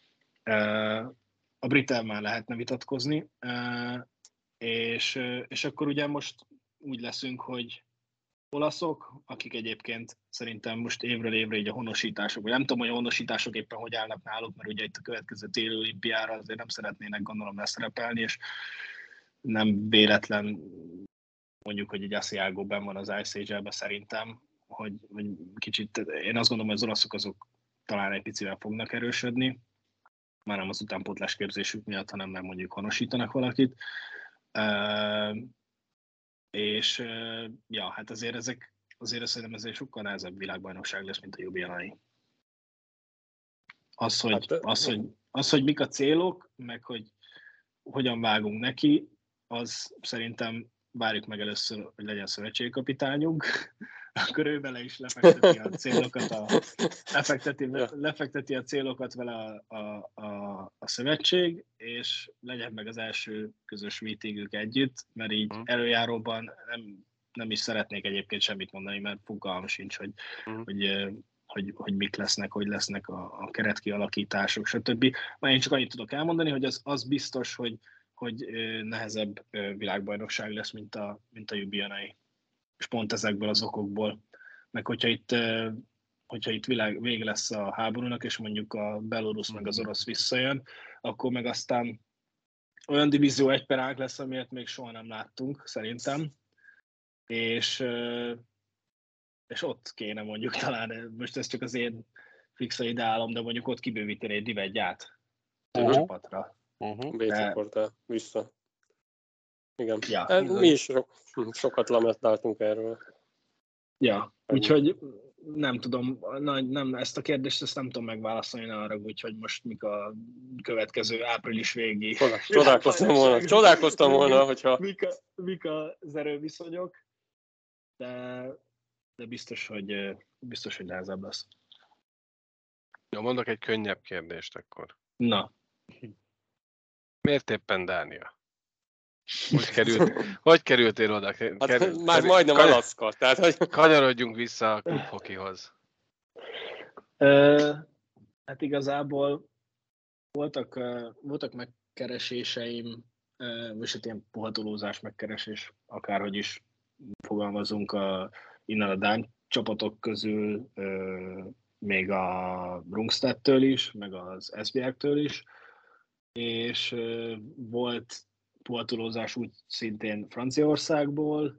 A britel már lehetne vitatkozni, és, és akkor ugye most úgy leszünk, hogy olaszok, akik egyébként szerintem most évről évre így a honosítások, vagy nem tudom, hogy a honosítások éppen hogy állnak náluk, mert ugye itt a következő téli olimpiára azért nem szeretnének gondolom leszerepelni, és nem véletlen mondjuk, hogy egy Asiago benn van az Ice Age-elben szerintem, hogy, hogy kicsit, én azt gondolom, hogy az olaszok azok talán egy picivel fognak erősödni, már nem az utánpótlás képzésük miatt, hanem nem mondjuk honosítanak valakit. Uh, és uh, ja, hát azért ezek, azért szerintem ez egy sokkal nehezebb világbajnokság lesz, mint a jubileumi. Az, hogy, hát, az, hogy, az, hogy mik a célok, meg hogy hogyan vágunk neki, az szerintem várjuk meg először, hogy legyen szövetségkapitányunk, akkor ő vele is lefekteti a célokat, a, lefekteti, lefekteti a célokat vele a, a, a, a szövetség, és legyen meg az első közös meetingük együtt, mert így mm. előjáróban nem, nem is szeretnék egyébként semmit mondani, mert fogalmam sincs, hogy, mm. hogy, hogy, hogy mik lesznek, hogy lesznek a, a keretkialakítások, stb. Már én csak annyit tudok elmondani, hogy az, az biztos, hogy hogy nehezebb világbajnokság lesz, mint a, mint a Ljubljanai. És pont ezekből az okokból. Meg hogyha itt, hogyha itt világ, vége lesz a háborúnak, és mondjuk a belorusz meg az orosz visszajön, akkor meg aztán olyan divízió egy per ánk lesz, amilyet még soha nem láttunk, szerintem. És, és ott kéne mondjuk talán, most ez csak az én fixa ideálom, de mondjuk ott kibővíteni egy div egyát több uh-huh. csapatra. Uh-huh. B-csoporttal vissza. Igen. Ja, hát, mi is so, sokat lamentáltunk erről. Ja, úgyhogy nem tudom, nem, ezt a kérdést ezt nem tudom megválaszolni, ne arra, úgyhogy most mik a következő április végi. Csodálkoztam volna, csodálkoztam volna, hogyha... Mik, a, mik az erőviszonyok, de, de biztos, hogy, biztos, hogy nehezebb lesz. Jó, mondok egy könnyebb kérdést akkor. Na. Miért éppen Dánia? Hogy, került, hogy kerültél oda? Hát kerül, már kerül, majdnem kany- Alaszka. Tehát, hogy... Kanyarodjunk vissza a klubhokihoz. Uh, hát igazából voltak, uh, voltak megkereséseim, uh, és hát ilyen puhatolózás megkeresés, akárhogy is fogalmazunk a, innen a dán csapatok közül, uh, még a Rungstedtől is, meg az es bé er-től is, és uh, volt puhatolózás úgy szintén Franciaországból,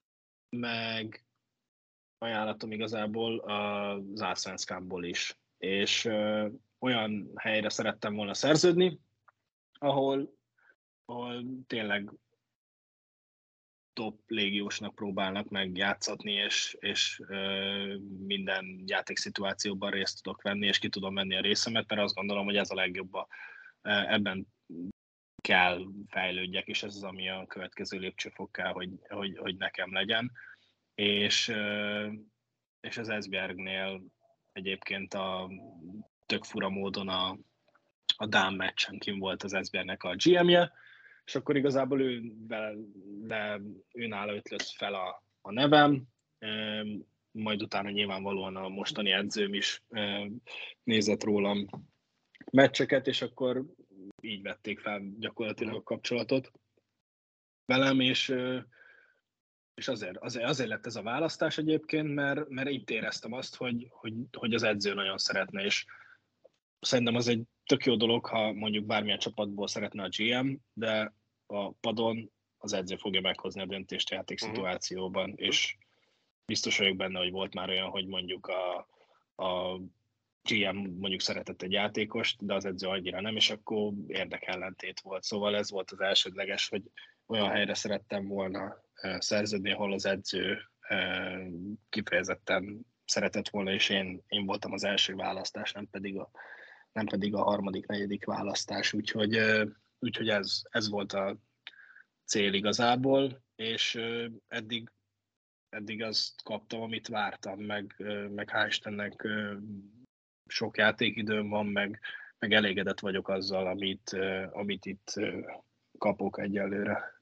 meg ajánlatom igazából az Allsvenskanból is. És ö, olyan helyre szerettem volna szerződni, ahol, ahol tényleg top légiósnak próbálnak meg játszatni, és, és ö, minden játékszituációban részt tudok venni, és ki tudom venni a részemet, mert azt gondolom, hogy ez a legjobb a, ebben kell fejlődjek, és ez az, ami a következő lépcsőfok kell, hogy, hogy, hogy nekem legyen. És, és az Esbjergnél egyébként a tök fura módon a, a dán meccsen kim volt az Esbjergnek a gé em-je, és akkor igazából ő, le, ő nála ötlött fel a, a nevem, majd utána nyilvánvalóan a mostani edzőm is nézett rólam meccseket, és akkor így vették fel gyakorlatilag a kapcsolatot velem, és, és azért, azért, azért lett ez a választás egyébként, mert, mert itt éreztem azt, hogy, hogy, hogy az edző nagyon szeretne, és szerintem az egy tök jó dolog, ha mondjuk bármilyen csapatból szeretne a gé em, de a padon az edző fogja meghozni a döntést a játékszituációban, uh-huh. és biztos vagyok benne, hogy volt már olyan, hogy mondjuk a, a gé em mondjuk szeretett egy játékost, de az edző annyira nem, és akkor érdekellentét volt. Szóval ez volt az elsődleges, hogy olyan helyre szerettem volna szerződni, ahol az edző kifejezetten szeretett volna, és én, én voltam az első választás, nem pedig a, nem pedig a harmadik, negyedik választás. Úgyhogy, úgyhogy ez, ez volt a cél igazából, és eddig, eddig azt kaptam, amit vártam, meg, meg hál' Istennek sok játékidőm van, meg, meg elégedett vagyok azzal, amit, amit itt kapok egyelőre.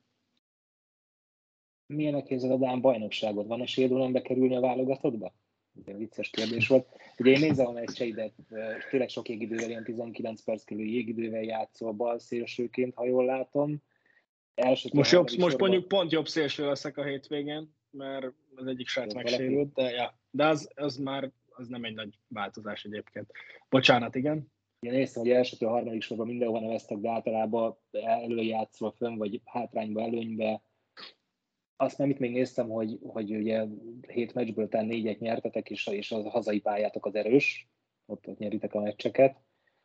Milyenek érzed a dán bajnokságot? Van esélyed onnan bekerülni a válogatottba? Ez vicces kérdés volt. Ugye én nézem a meccseidet, tényleg sok jégidővel, ilyen tizenkilenc perc körül jégidővel játszol bal szélsőként, ha jól látom. Első most jobb, most mondjuk pont jobb szélső leszek a hétvégén, mert az egyik srác megsérült, de, ja, de az, az már az nem egy nagy változás egyébként. Bocsánat, igen. Én néztem, hogy elsőtől a harmadik sorban mindenhol neveztek, de általában előjátszva fönn, vagy hátrányba, előnybe. Azt nem itt még néztem, hogy, hogy ugye hét meccsből talán négyet nyertetek, és, és a hazai pályátok az erős, ott, ott nyeritek a meccseket.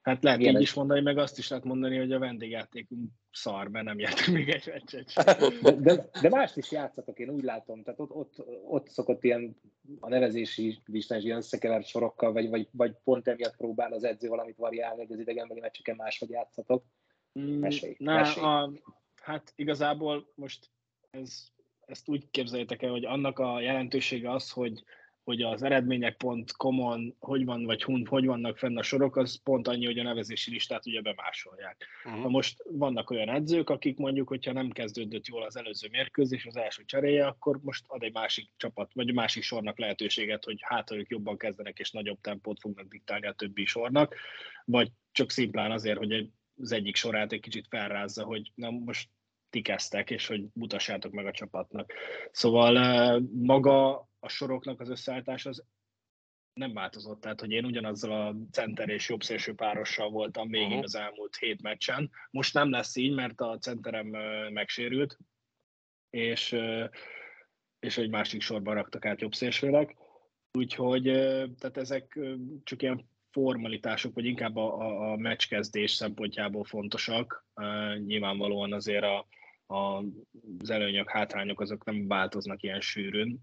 Hát lehet igen, így is mondani, meg azt is lehet mondani, hogy a vendégjátékunk szar, mert nem nyertünk még egy meccset. De, de, de mást is játszatok, én úgy látom. Tehát ott, ott, ott szokott ilyen a nevezési listán is ilyen összekevert sorokkal, vagy, vagy, vagy pont emiatt próbál az edző valamit variálni, hogy az idegenbeli meccseken máshogy játszatok. Mesélj, Na, mesélj. A, hát igazából most ez, ezt úgy képzeljétek el, hogy annak a jelentősége az, hogy hogy az eredmények pont common, hogy van, vagy hogy vannak fenn a sorok, az pont annyi, hogy a nevezési listát ugye bemásolják. Uh-huh. Na most vannak olyan edzők, akik mondjuk, hogyha nem kezdődött jól az előző mérkőzés, az első cseréje, akkor most ad egy másik csapat, vagy a másik sornak lehetőséget, hogy hát, ha ők jobban kezdenek, és nagyobb tempót fognak diktálni a többi sornak, vagy csak szimplán azért, hogy az egyik sorát egy kicsit felrázza, hogy na most ti kezdtek, és hogy mutassátok meg a csapatnak. Szóval maga a soroknak az összeállítás az nem változott, tehát hogy én ugyanazzal a center és jobb szélső párossal voltam végig uh-huh. az elmúlt hét meccsen. Most nem lesz így, mert a centerem megsérült, és, és egy másik sorban raktak át jobb szélsőnek. Úgyhogy tehát ezek csak ilyen formalitások, vagy inkább a, a, a meccskezdés szempontjából fontosak. Nyilvánvalóan azért a A, az előnyök, hátrányok azok nem változnak ilyen sűrűn,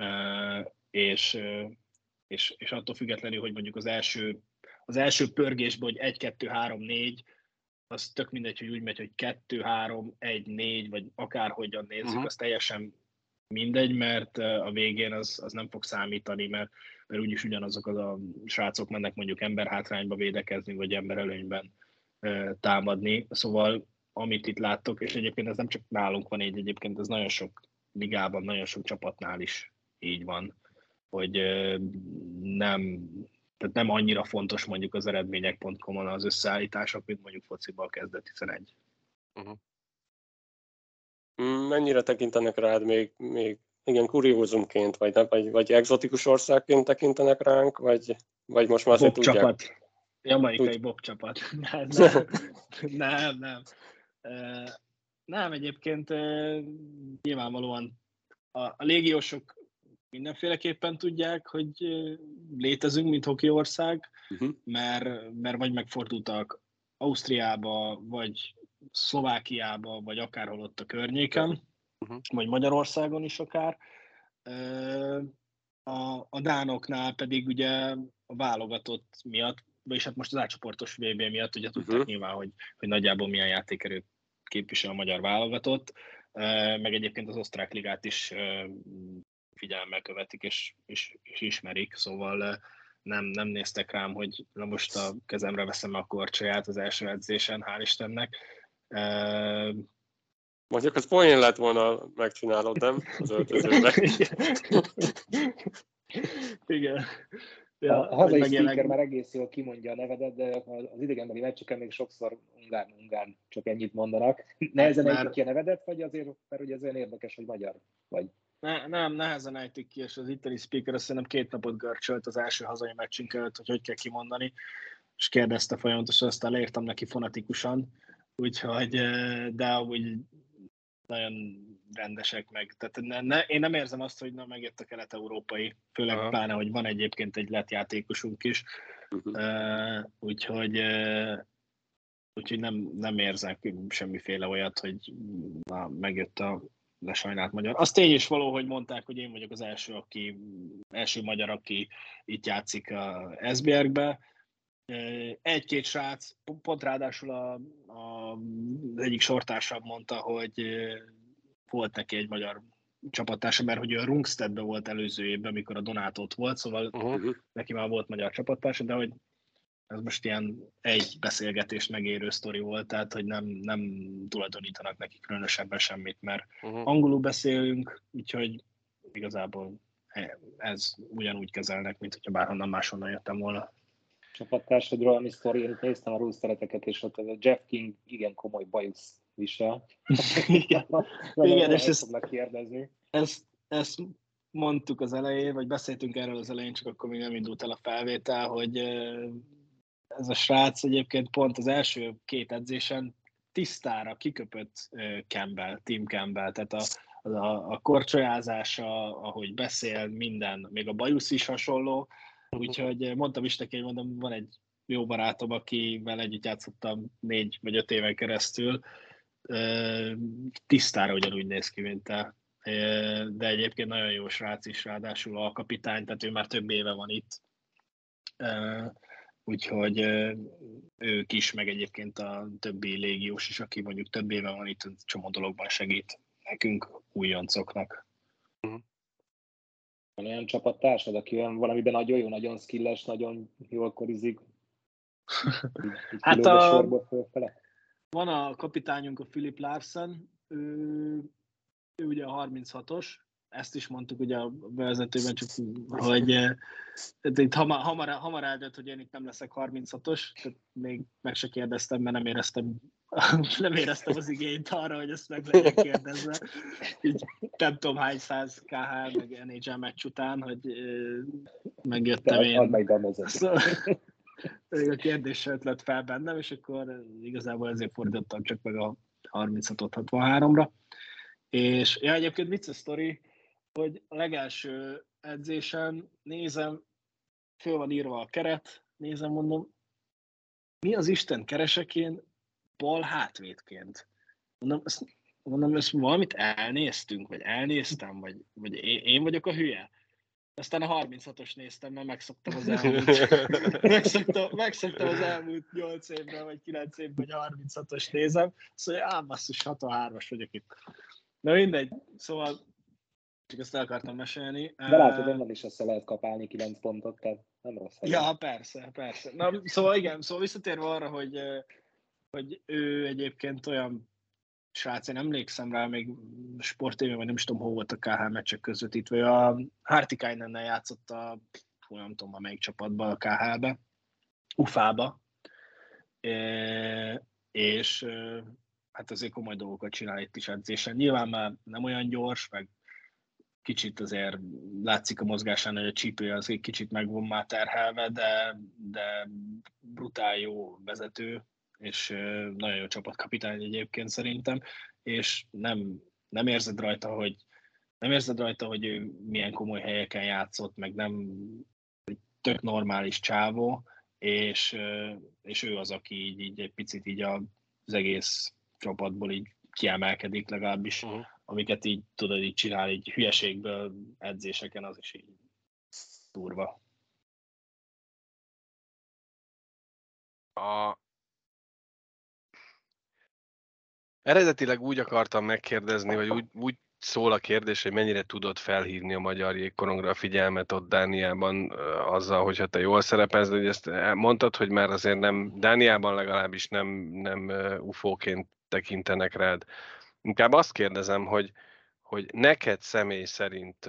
és, és, és attól függetlenül, hogy mondjuk az első, az első pörgésben, hogy egy, kettő, három, négy, az tök mindegy, hogy úgy megy, hogy kettő, három, egy, négy, vagy akárhogyan nézzük, uh-huh. az teljesen mindegy, mert a végén az, az nem fog számítani, mert, mert úgyis ugyanazok az a srácok mennek mondjuk emberhátrányba védekezni, vagy emberelőnyben támadni, szóval amit itt láttok, és egyébként ez nem csak nálunk van így, egyébként ez nagyon sok ligában, nagyon sok csapatnál is így van, hogy nem, tehát nem annyira fontos mondjuk az eredmények pont com-on az összeállítások, mint mondjuk fociban kezdett tizenegy. Uh-huh. Mennyire tekintenek rád még, még igen, kuriózumként, vagy, vagy, vagy egzotikus országként tekintenek ránk, vagy, vagy most már azért tudják? Csapat. Jamaikai bob csapat. Nem, nem, nem. nem. Uh, nem, egyébként uh, nyilvánvalóan a, a légiósok mindenféleképpen tudják, hogy uh, létezünk, mint hokiország, uh-huh. mert, mert vagy megfordultak Ausztriába, vagy Szlovákiába, vagy akárhol ott a környéken, uh-huh. vagy Magyarországon is akár. Uh, a, a dánoknál pedig ugye a válogatott miatt, és hát most az átcsoportos vé bé miatt ugye tudták uh-huh. nyilván, hogy, hogy nagyjából milyen játékerőt képvisel a magyar válogatott, meg egyébként az osztrák ligát is figyelemmel követik és, és, és ismerik, szóval nem, nem néztek rám, hogy na most a kezemre veszem a korcsolyát az első edzésen, hál' Istennek. Mondjuk az poén lett volna, megcsinálod, nem? Az öltözőben. Igen. Ja, a hazai speaker már egész jól kimondja a nevedet, de az idegenbeli meccseken még sokszor ungán, ungán csak ennyit mondanak. Nehezen ejtik ki a nevedet, vagy azért, mert ugye ez olyan érdekes, hogy magyar vagy? Ne, nem, nehezen ejtik ki, és az itteni speaker azt szerintem két napot görcsölt az első hazai meccsünk előtt, hogy hogy kell kimondani, és kérdezte folyamatosan, aztán leírtam neki fonetikusan, úgyhogy, de úgy nagyon rendesek meg. Tehát ne, ne, én nem érzem azt, hogy na, megjött a kelet-európai, főleg Aha. pláne, hogy van egyébként egy lett játékosunk is, uh-huh. uh, úgyhogy, uh, úgyhogy nem, nem érzek semmiféle olyat, hogy na, megjött a lesajnált magyar. Az tény is való, hogy mondták, hogy én vagyok az első, aki, első magyar, aki itt játszik a Esbjergbe. Egy-két srác, pont ráadásul a, a, az egyik sortársam mondta, hogy volt neki egy magyar csapattársa, mert hogy a Rungstedben volt előző évben, amikor a Donát ott volt, szóval uh-huh. neki már volt magyar csapattársa, de hogy ez most ilyen egy beszélgetés megérő sztori volt, tehát hogy nem, nem tulajdonítanak neki különösebben semmit, mert uh-huh. angolul beszélünk, úgyhogy igazából ez ugyanúgy kezelnek, mint hogyha bárhonnan máshonnan jöttem volna. Csapattársadról, ami sztori, néztem a rúsztereteket, és ott a Jeff King igen komoly bajusz visel. Igen, igen és ezt, kérdezni. Ezt, ezt mondtuk az elején, vagy beszéltünk erről az elején, csak akkor még nem indult el a felvétel, hogy ez a srác egyébként pont az első két edzésen tisztára kiköpött Campbell, Tim Campbell, tehát a, a, a korcsolyázása, ahogy beszél, minden, még a bajusz is hasonló, úgyhogy mondtam is neki, hogy mondom, van egy jó barátom, akivel együtt játszottam négy vagy öt éven keresztül, tisztára ugyanúgy néz ki, mint te. De egyébként nagyon jó srác is, ráadásul a kapitány, tehát ő már több éve van itt. Úgyhogy ők is, meg egyébként a többi légiós is, aki mondjuk több éve van itt, csomó dologban segít nekünk, újoncoknak. Van olyan csapattársad, aki olyan valamiben nagyon jó, nagyon skilles, nagyon jól korizik? Így, így hát a, sorba fölfele? Van a kapitányunk, a Philip Larsen, ő, ő ugye a harminchatos, ezt is mondtuk ugye a bevezetőben, csak hogy itt hamar, hamar, hamar eldött, hogy én itt nem leszek harminchatos, tehát még meg se kérdeztem, mert nem éreztem, nem éreztem az igényt arra, hogy ezt meg legyen kérdezve. Így nem tudom hány száz ká há meg en há el meccs után, hogy megjöttem én. Add meg a szóval, a kérdés ötlött fel bennem, és akkor igazából ezért fordítottam csak meg a harminchatot hatvanháromra. És ja, egyébként vicces sztori, hogy a legelső edzésen nézem, föl van írva a keret, nézem, mondom, mi az Isten keresek én bal hátvédként? Mondom, ezt, mondom, ezt valamit elnéztünk, vagy elnéztem, vagy, vagy én, én vagyok a hülye. Aztán a harminchatos néztem, mert megszoktam az elmúlt, megszoktam, megszoktam az elmúlt nyolc évben, vagy kilenc évben, hogy harminchatos nézem. Szóval, ám basszus, hatvanhármas vagyok itt. Na mindegy, szóval csak ezt el akartam mesélni. De látod, onnan is össze lehet kapálni kilenc pontot, tehát nem rossz. Ja, helyet. persze, persze. Na, szóval igen, szóval visszatérve arra, hogy, hogy ő egyébként olyan srác, én emlékszem rá, még sportévében, vagy nem is tudom, hol volt a ká há meccsek közvetítve, a Hartikainennel játszott a, nem tudom, a melyik csapatban, a ká há-be, Ufába, és hát azért komoly dolgokat csinál itt is edzésen. Nyilván már nem olyan gyors, meg kicsit azért látszik a mozgásán, hogy a csípő az egy kicsit meg van már terhelve, de, de brutál jó vezető, és nagyon jó csapatkapitány egyébként szerintem, és nem, nem érzed rajta, hogy nem érzed rajta, hogy ő milyen komoly helyeken játszott, meg nem tök normális csávó, és, és ő az, aki így, így egy picit így az egész csapatból így kiemelkedik legalábbis, uh-huh. amiket így tudod így csinálni, így hülyeségből edzéseken, az is így durva. A... Eredetileg úgy akartam megkérdezni, vagy úgy, úgy szól a kérdés, hogy mennyire tudod felhívni a magyar jégkorongra a figyelmet ott Dániában azzal, hogyha te jól szerepelsz, de ezt mondtad, hogy már azért nem, Dániában legalábbis nem, nem ufóként tekintenek rád. Inkább azt kérdezem, hogy, hogy neked személy szerint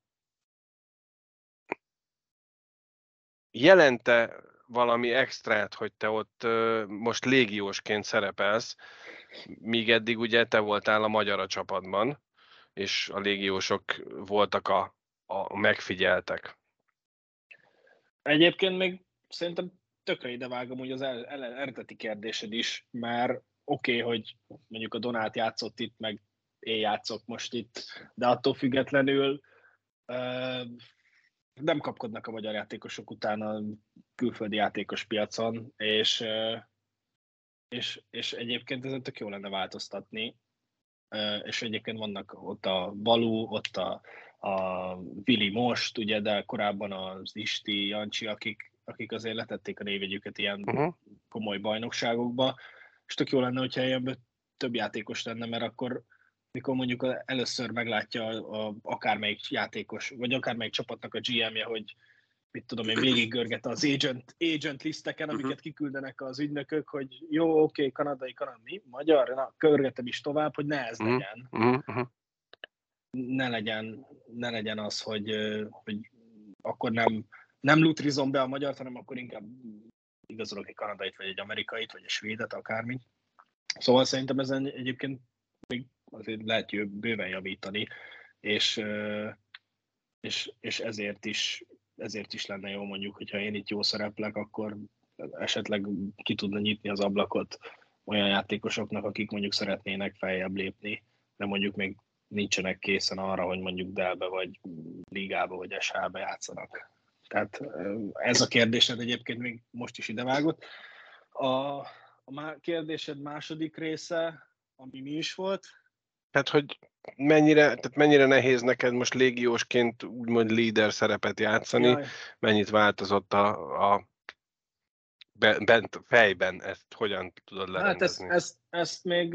jelente valami extrát, hogy te ott most légiósként szerepelsz, míg eddig ugye te voltál a magyar a csapatban, és a légiósok voltak a, a megfigyeltek. Egyébként még szerintem tökre idevágom, hogy az el, el, eredeti kérdésed is, mert oké, okay, hogy mondjuk a Donát játszott itt, meg én játszok most itt, de attól függetlenül uh, nem kapkodnak a magyar játékosok után a külföldi játékos piacon, és, uh, és, és egyébként ezen tök jó lenne változtatni, uh, és egyébként vannak ott a Balú, ott a, a Vili most, ugye, de korábban az Isti, Jancsi, akik, akik azért letették a névjegyüket ilyen uh-huh. komoly bajnokságokba, és tök jó lenne, hogyha ilyenből több játékos lenne, mert akkor, mikor mondjuk először meglátja a, a, akármelyik játékos, vagy akármelyik csapatnak a gé em-je, hogy mit tudom én, végiggörget az agent, agent listeken, amiket uh-huh. kiküldenek az ügynökök, hogy jó, oké, okay, kanadai, kanadai, magyar, na, körgetem is tovább, hogy ne ez uh-huh. legyen. Uh-huh. Ne legyen, ne legyen az, hogy, hogy akkor nem, nem lutrizom be a magyart, hanem akkor inkább igazolok egy kanadait, vagy egy amerikait, vagy egy svédet, akármi. Szóval szerintem ezen egyébként még azért lehet bőven javítani, és, és, és ezért, is, ezért is lenne jó mondjuk, hogyha én itt jó szereplek, akkor esetleg ki tudna nyitni az ablakot olyan játékosoknak, akik mondjuk szeretnének feljebb lépni, de mondjuk még nincsenek készen arra, hogy mondjuk Dellbe, vagy Ligába, vagy es há-be játszanak. Tehát ez a kérdésed egyébként még most is idevágott. A, a kérdésed második része, ami mi is volt? Hát, hogy mennyire, tehát mennyire nehéz neked most légiósként úgymond líder szerepet játszani, Jaj. mennyit változott a, a bent fejben, ezt hogyan tudod lerendezni? Hát ezt, ezt, ezt még,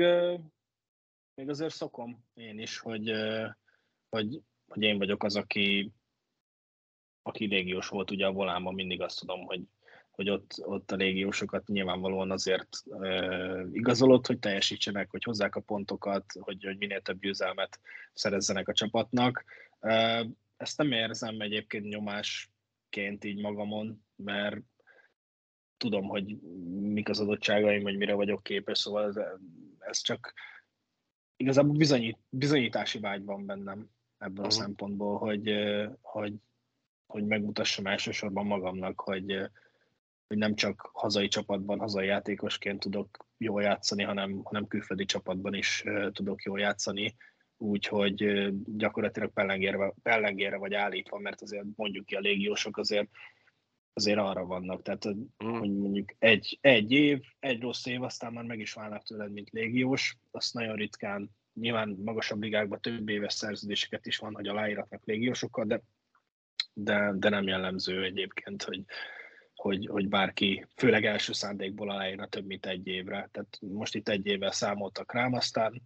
még azért szokom én is, hogy, hogy, hogy én vagyok az, aki, aki légiós volt ugye a volánban, mindig azt tudom, hogy, hogy ott, ott a légiósokat nyilvánvalóan azért e, igazolott, hogy teljesítsenek, hogy hozzák a pontokat, hogy, hogy minél több győzelmet szerezzenek a csapatnak. E, ezt nem érzem egyébként nyomásként így magamon, mert tudom, hogy mik az adottságaim, hogy mire vagyok képes, szóval ez, ez csak igazából bizonyít, bizonyítási vágy van bennem ebből uh-huh. a szempontból, hogy, hogy, hogy megmutassam elsősorban magamnak, hogy, hogy nem csak hazai csapatban, hazai játékosként tudok jól játszani, hanem, hanem külföldi csapatban is tudok jól játszani, úgyhogy gyakorlatilag pellengérre, pellengérre vagy állítva, mert azért mondjuk ki a légiósok azért azért arra vannak, tehát mm. hogy mondjuk egy, egy év, egy rossz év, aztán már meg is válnak tőled, mint légiós, azt nagyon ritkán, nyilván magasabb ligákban több éves szerződéseket is van, hogy aláíratnak légiósokkal, de, de, de nem jellemző egyébként, hogy, hogy, hogy bárki, főleg első szándékból aláírna több, mint egy évre. Tehát most itt egy évvel számoltak rám, aztán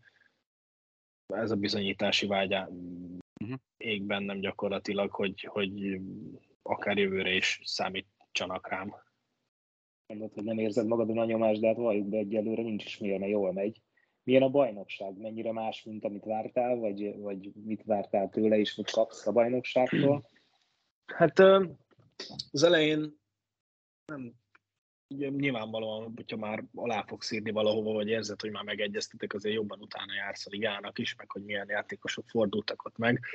ez a bizonyítási vágy mm. ég bennem gyakorlatilag, hogy, hogy akár jövőre is számítsanak rám. Mondod, hogy nem érzed magadon a nyomást, de hát valljuk be, egyelőre nincs is miért, mert jól megy. Milyen a bajnokság? Mennyire más, mint amit vártál, vagy, vagy mit vártál tőle, és mit kapsz a bajnokságtól? Hát az elején nem, ugye nyilvánvalóan, hogyha már alá fogsz írni valahova, vagy érzed, hogy már megegyeztetek, azért jobban utána jársz a ligának is, meg hogy milyen játékosok fordultak ott meg.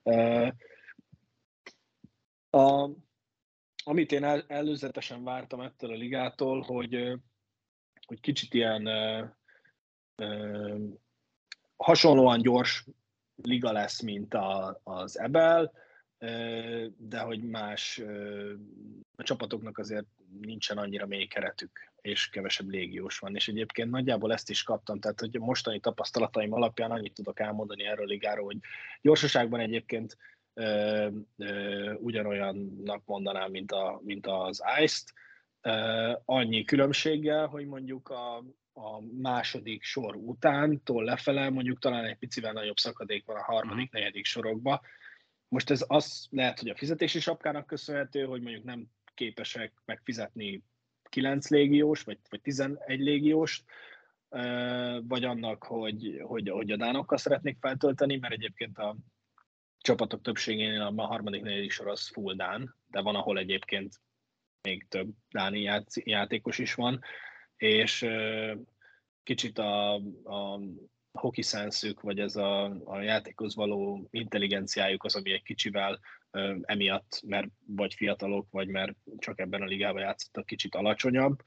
A, amit én el, előzetesen vártam ettől a ligától, hogy, hogy kicsit ilyen ö, ö, hasonlóan gyors liga lesz, mint a, az é bé el, ö, de hogy más ö, a csapatoknak azért nincsen annyira mély keretük, és kevesebb légiós van. És egyébként nagyjából ezt is kaptam, tehát hogy a mostani tapasztalataim alapján annyit tudok elmondani erről a ligáról, hogy gyorsaságban egyébként Ö, ö, ugyanolyannak mondanám, mint, a, mint az Ice-t. Ö, annyi különbséggel, hogy mondjuk a, a második sor utántól lefele mondjuk talán egy picivel nagyobb szakadék van a harmadik, negyedik sorokba. Most ez az lehet, hogy a fizetési sapkának köszönhető, hogy mondjuk nem képesek megfizetni kilenc légiós, vagy, vagy tizenegy légióst, ö, vagy annak, hogy, hogy, hogy a dánokkal szeretnék feltölteni, mert egyébként a csapatok többségénél a harmadik, negyedik sor az full dán, de van, ahol egyébként még több dáni játékos is van, és kicsit a, a hockey senszük, vagy ez a, a játékhoz való intelligenciájuk az, ami egy kicsivel emiatt, mert vagy fiatalok, vagy mert csak ebben a ligában játszottak, kicsit alacsonyabb,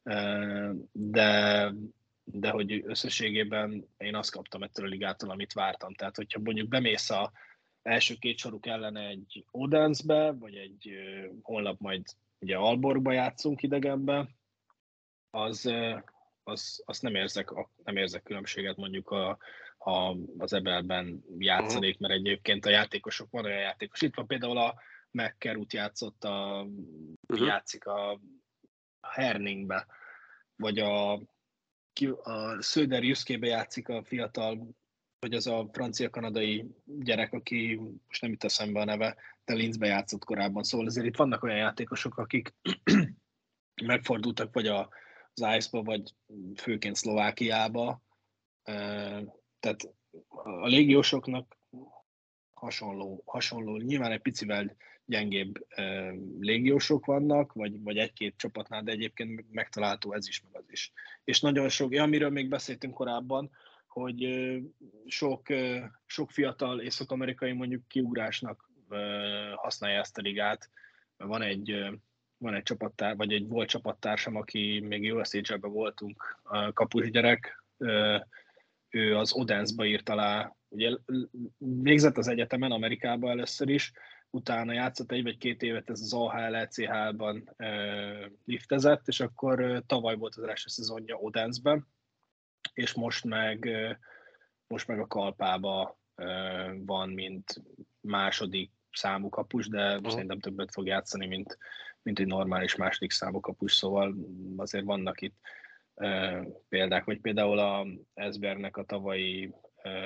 de, de hogy összességében én azt kaptam ettől a ligától, amit vártam. Tehát, hogyha mondjuk bemész a első két soruk ellen egy Odense-be, vagy egy uh, holnap majd ugye Alborgba játszunk idegenbe, az, uh, az, az nem, érzek, nem érzek különbséget mondjuk a, a, az é bé el-ben játszanék, mert egyébként a játékosok, van olyan játékos. Itt van például a McCarroot játszott, a, uh-huh. játszik a Herningbe, vagy a, a Söder Juszkébe játszik a fiatal, vagy az a francia-kanadai gyerek, aki most nem jut eszembe a neve, de Linzbe játszott korábban. Szóval azért itt vannak olyan játékosok, akik megfordultak vagy az Ice-ba, vagy főként Szlovákiába. Tehát a légiósoknak hasonló, hasonló, nyilván egy picivel gyengébb légiósok vannak, vagy, vagy egy-két csapatnál, de egyébként megtalálható ez is, meg az is. És nagyon sok, ja, amiről még beszéltünk korábban, hogy sok, sok fiatal észak-amerikai mondjuk kiugrásnak használja ezt a ligát. Van egy, van egy csapattárs, vagy egy volt csapattársam, aki még U S H L-ben voltunk, kapus gyerek, ő az Odense-ba írt alá, ugye végzett az egyetemen, Amerikában először is, utána játszott egy vagy két évet ez az á há el, é cé há el-ban liftezett, és akkor tavaly volt az első szezonja Odense-ben, és most meg, most meg a Kalpába van, mint második számú kapus, de uh-huh. szerintem többet fog játszani, mint, mint egy normális második számú kapus, szóval azért vannak itt példák, vagy például a Esbernek a tavalyi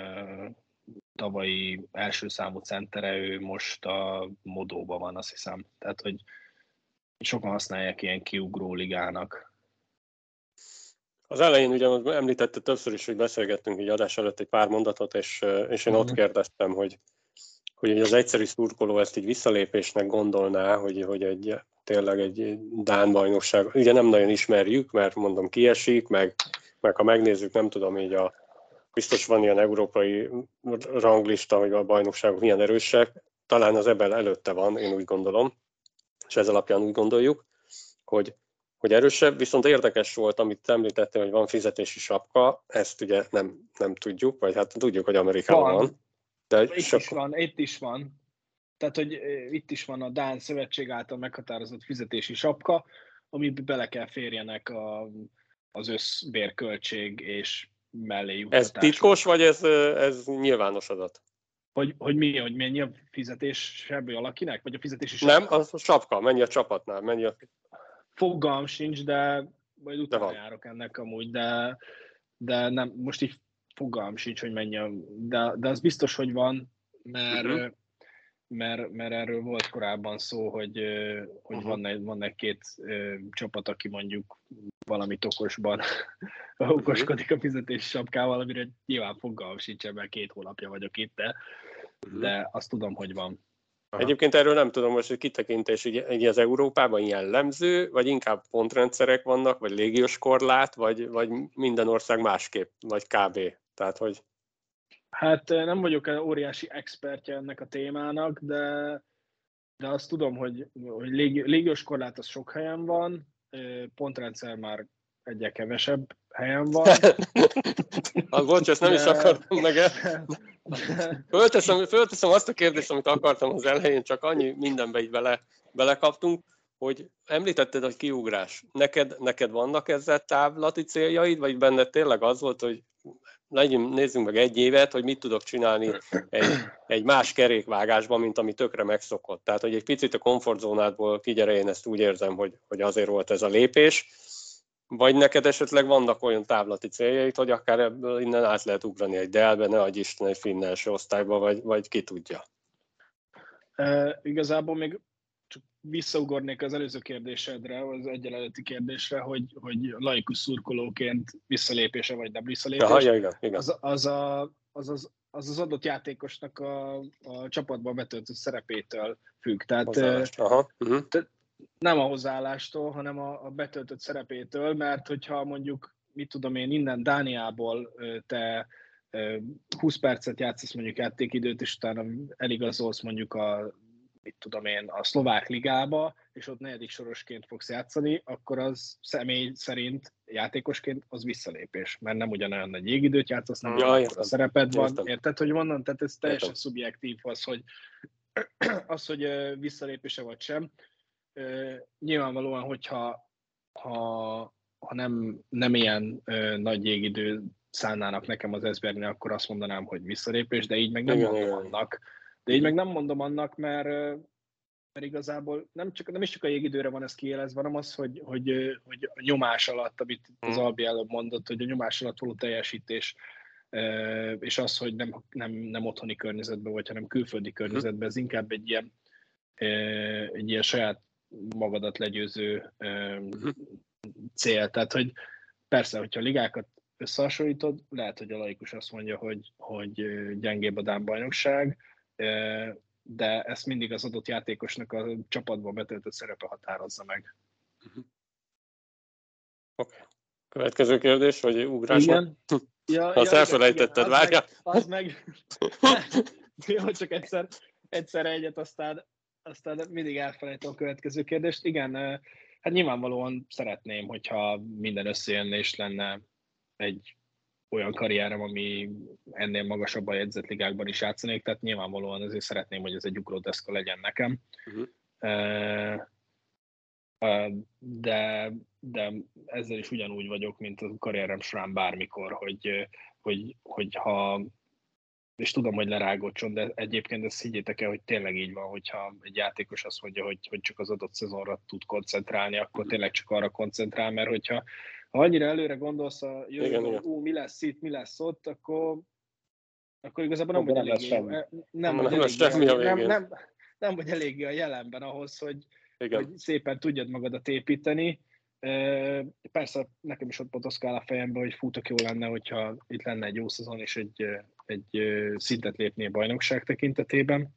tavalyi első számú centere, ő most a Modóban van, azt hiszem. Tehát, hogy sokan használják ilyen kiugró ligának. Az elején ugye említette többször is, hogy beszélgettünk egy adás előtt egy pár mondatot, és, és én ott kérdeztem, hogy, hogy az egyszerű szurkoló ezt így visszalépésnek gondolná, hogy, hogy egy, tényleg egy dán bajnokság, ugye nem nagyon ismerjük, mert mondom kiesik, meg, meg ha megnézzük, nem tudom, így a biztos van ilyen európai ranglista, hogy a bajnokságok milyen erősek, talán az ebben előtte van, én úgy gondolom, és ez alapján úgy gondoljuk, hogy, hogy erősebb, viszont érdekes volt, amit említettem, hogy van fizetési sapka, ezt ugye nem, nem tudjuk, vagy hát tudjuk, hogy Amerikában van. van de itt sok... is van, itt is van. Tehát, hogy itt is van a Dán Szövetség által meghatározott fizetési sapka, amiben bele kell férjenek a, az összbérköltség és mellé juttatás. Ez titkos, vagy ez, ez nyilvános adat? Hogy, hogy mi, hogy mennyi a fizetés ebből valakinek? Vagy a fizetési sapka? Nem, az a sapka, mennyi a csapatnál, mennyi a... Fogalm sincs, de majd utána járok ennek amúgy, de, de nem, most így fogalm sincs, hogy mennyi a... De, de az biztos, hogy van, mert, uh-huh. mert, mert erről volt korábban szó, hogy, hogy uh-huh. van, egy, van egy-két csapat, aki mondjuk valamit okosban okoskodik a fizetési sapkával, amire nyilván fogalmam sincs, mert két hónapja vagyok itt, de, de azt tudom, hogy van. Aha. Egyébként erről nem tudom most, hogy kitekintés, így, így az Európában jellemző, vagy inkább pontrendszerek vannak, vagy légiós korlát, vagy, vagy minden ország másképp, vagy kb. Tehát, hogy... Hát nem vagyok óriási expertje ennek a témának, de, de azt tudom, hogy, hogy légiós korlát az sok helyen van, pontrendszer már egyre kevesebb helyen van. Az bocs, ezt nem de... is akartam meg el. Fölteszem, fölteszem azt a kérdést, amit akartam az elején, csak annyi mindenbe így bele, belekaptunk, hogy említetted, hogy kiugrás. Neked, neked vannak ezzel távlati céljaid, vagy benned tényleg az volt, hogy legyünk, nézzünk meg egy évet, hogy mit tudok csinálni egy, egy más kerékvágásban, mint ami tökre megszokott. Tehát, hogy egy picit a komfortzónádból kigyere, én ezt úgy érzem, hogy, hogy azért volt ez a lépés. Vagy neked esetleg vannak olyan távlati céljaid, hogy akár ebből innen át lehet ugrani egy Dellbe, ne adj Isten, egy finn első osztályba, vagy, vagy ki tudja? E, igazából még csak visszaugornék az előző kérdésedre, az egyen előtti kérdésre, hogy, hogy laikus szurkolóként visszalépése vagy nem visszalépés. Aha, ja, igen, igen. Az, az, a, az, az, az az adott játékosnak a, a csapatban betöltött szerepétől függ. Tehát, Aha. Uh-huh. te, nem a hozzáállástól, hanem a, a betöltött szerepétől, mert hogyha mondjuk, mit tudom én, innen Dániából te húsz percet játszasz mondjuk játékidőt, és utána eligazolsz mondjuk a, mit tudom én, a szlovák ligába, és ott negyedik sorosként fogsz játszani, akkor az személy szerint játékosként az visszalépés, mert nem ugyanolyan nagy jégidőt játszasz, nem ja, a szereped van, értem. Érted, hogy mondom? Tehát ez teljesen értem. Szubjektív az, hogy az, hogy visszalépése vagy sem. Uh, nyilvánvalóan, hogyha ha, ha nem, nem ilyen uh, nagy jégidő szánnának nekem az Esbergnél, akkor azt mondanám, hogy visszalépés, de így meg nem igen, mondom igen. annak. De így meg nem mondom annak, mert, uh, mert igazából nem, csak, nem is csak a jégidőre van ez kiélezve, hanem az, hogy, hogy, uh, hogy a nyomás alatt, amit az Albi előbb mondott, hogy a nyomás alatt való teljesítés, uh, és az, hogy nem, nem, nem otthoni környezetben vagy, hanem külföldi környezetben, ez inkább egy ilyen, uh, egy ilyen saját magadat legyőző uh, cél. Tehát, hogy persze, hogyha ligákat összehasonlítod, lehet, hogy a laikus azt mondja, hogy, hogy gyengébb a dán bajnokság, uh, de ezt mindig az adott játékosnak a csapatban betöltött szerepe határozza meg. Uh-huh. Oké. Okay. Következő kérdés, vagy ugrás? Igen. Ja, azt ja, elfelejtetted, igen, várjál. Az meg, az meg jó, csak egyszer, egyszer egyet, aztán aztán mindig elfelejtem a következő kérdést. Igen, hát nyilvánvalóan szeretném, hogyha minden összejönne és lenne egy olyan karrierem, ami ennél magasabb a jegyzetligákban is játszanék, tehát nyilvánvalóan azért szeretném, hogy ez egy ugródeszka legyen nekem. Uh-huh. De, de ezzel is ugyanúgy vagyok, mint a karrierem során bármikor, hogy, hogy, hogy ha, és tudom, hogy lerágódson, de egyébként ezt higgyétek el, hogy tényleg így van, hogyha egy játékos azt mondja, hogy, hogy csak az adott szezonra tud koncentrálni, akkor tényleg csak arra koncentrál, mert hogyha ha annyira előre gondolsz a jövőben, ú, mi lesz itt, mi lesz ott, akkor, akkor igazából nem, vagy eléggé, nem, nem, eléggé, nem, nem, nem vagy eléggé a jelenben ahhoz, hogy, hogy szépen tudjad magadat építeni. Persze nekem is ott potoszkál a fejembe, hogy futok jó lenne, hogyha itt lenne egy jó szezon és egy, egy szintet lépni a bajnokság tekintetében.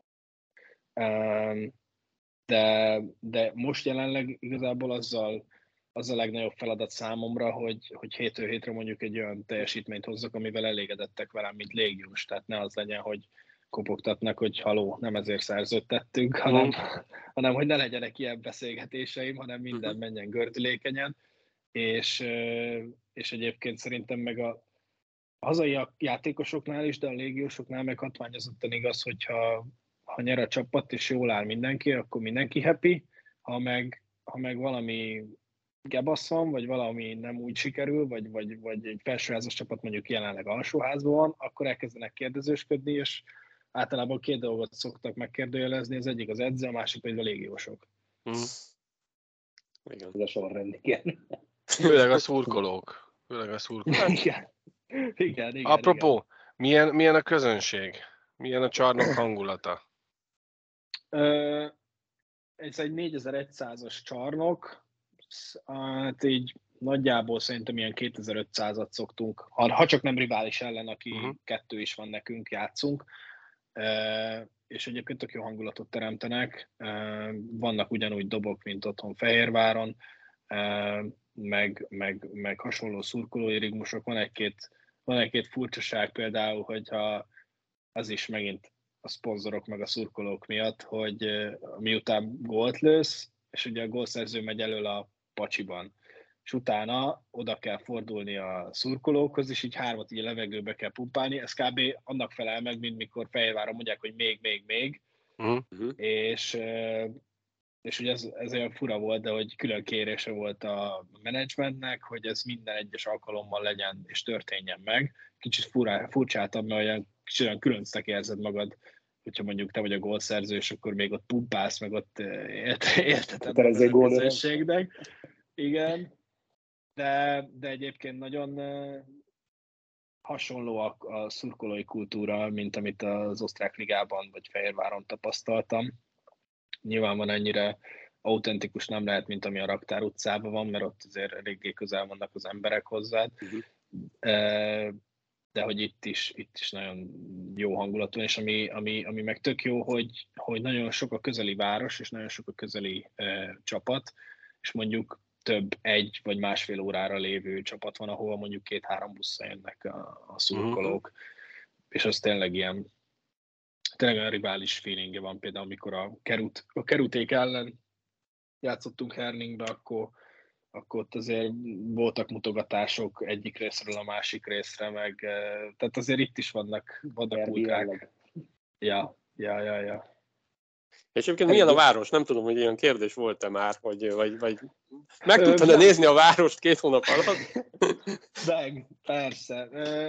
De, de most jelenleg igazából azzal az a legnagyobb feladat számomra, hogy, hogy hétről hétre mondjuk egy olyan teljesítményt hozzak, amivel elégedettek velem, mint légiós. Tehát ne az legyen, hogy kopogtatnak, hogy haló, nem ezért szerződtettünk, hanem, hanem hogy ne legyenek ilyen beszélgetéseim, hanem minden menjen gördülékenyen. És, és egyébként szerintem meg a hazai játékosoknál is, de a légiósoknál meg hatványozottan igaz, hogyha ha nyer a csapat és jól áll mindenki, akkor mindenki happy, ha meg, ha meg valami gebasz van, vagy valami nem úgy sikerül, vagy, vagy, vagy egy felsőházas csapat mondjuk jelenleg alsóházban van, akkor elkezdenek kérdezősködni, és általában két dolgot szoktak megkérdőjelezni, az egyik az edző, a másik pedig a légiósok. Mm. Igen, ez a sorrend, igen. Főleg a szurkolók. Főleg a szurkolók. Igen. Igen, igen, Apropó, igen. Milyen, milyen a közönség? Milyen a csarnok hangulata? Ö, ez egy négyezer-százas csarnok, hát így nagyjából szerintem ilyen kétezer-ötszázat szoktunk, ha, ha csak nem rivális ellen, aki uh-huh. kettő is van nekünk, játszunk, e, és egyébként tök jó hangulatot teremtenek, e, vannak ugyanúgy dobok, mint otthon Fehérváron, e, meg, meg, meg hasonló szurkolói rigmusok, van egy-két, van egy-két furcsaság például, hogyha az is megint a szponzorok meg a szurkolók miatt, hogy miután gólt lősz, és ugye a gólszerző megy elől a pacsiban, és utána oda kell fordulni a szurkolókhoz, és így hármat így a levegőbe kell pumpálni, ez kb. Annak felel meg, mint mikor Fehérváron mondják, hogy még, még, még, uh-huh. és, és ugye ez, ez olyan fura volt, de hogy külön kérése volt a menedzsmentnek, hogy ez minden egyes alkalommal legyen és történjen meg. Kicsit furá, furcsáltam, mert olyan kicsit olyan különcnek érzed magad, hogyha mondjuk te vagy a gólszerző, és akkor még ott pumpálsz, meg ott érteted a közönségnek. Igen, de, de egyébként nagyon hasonló a, a szurkolói kultúra, mint amit az osztrák ligában vagy Fehérváron tapasztaltam. Nyilván van ennyire autentikus nem lehet, mint ami a Raktár utcában van, mert ott azért eléggé közel vannak az emberek hozzád. Uh-huh. De hogy itt is, itt is nagyon jó hangulat van, és ami, ami, ami meg tök jó, hogy, hogy nagyon sok a közeli város, és nagyon sok a közeli e, csapat, és mondjuk több egy vagy másfél órára lévő csapat van, ahol mondjuk két-három busszal jönnek a, a szurkolók, uh-huh. és az tényleg ilyen, tényleg olyan rivális feelingje van, például amikor a, kerut, a keruték ellen játszottunk Herningbe, akkor akkor ott azért voltak mutogatások egyik részről a másik részre, meg tehát azért itt is vannak, vannak ultrák. Ja, ja, ja, ja. És egyébként milyen a város? Nem tudom, hogy ilyen kérdés volt-e már, hogy, vagy, vagy meg tudtad-e nézni a várost két hónap alatt? Meg, persze.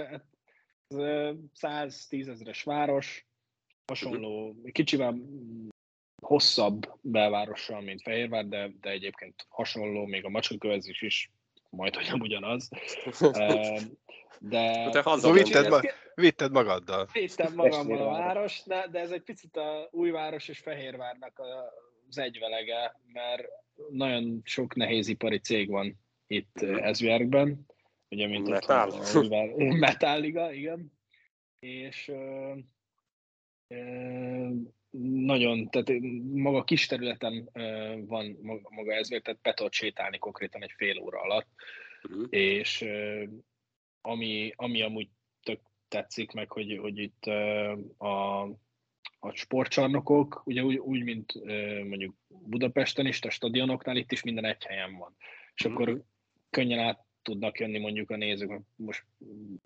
száztízezres város, hasonló, kicsivel hosszabb belvárossal, mint Fehérvár, de, de egyébként hasonló, még a macskakövezés is majdhogy ugyanaz. De... de vitted, ma, vitted magaddal. Vittem magammal a város, de, de ez egy picit a Újváros és Fehérvárnak az egyvelege, mert nagyon sok nehézipari cég van itt Ezüergben, ugye, mint Metál. ott a Újvár... Metálliga, igen. És... Uh, uh, nagyon, tehát maga kis területen uh, van maga, maga ez, tehát be tudod sétálni konkrétan egy fél óra alatt, uh-huh. és uh, ami, ami amúgy tök tetszik meg, hogy, hogy itt uh, a, a sportcsarnokok, ugye úgy, úgy mint uh, mondjuk Budapesten is, a stadionoknál itt is minden egy helyen van, és uh-huh. akkor könnyen át tudnak jönni mondjuk a nézők, most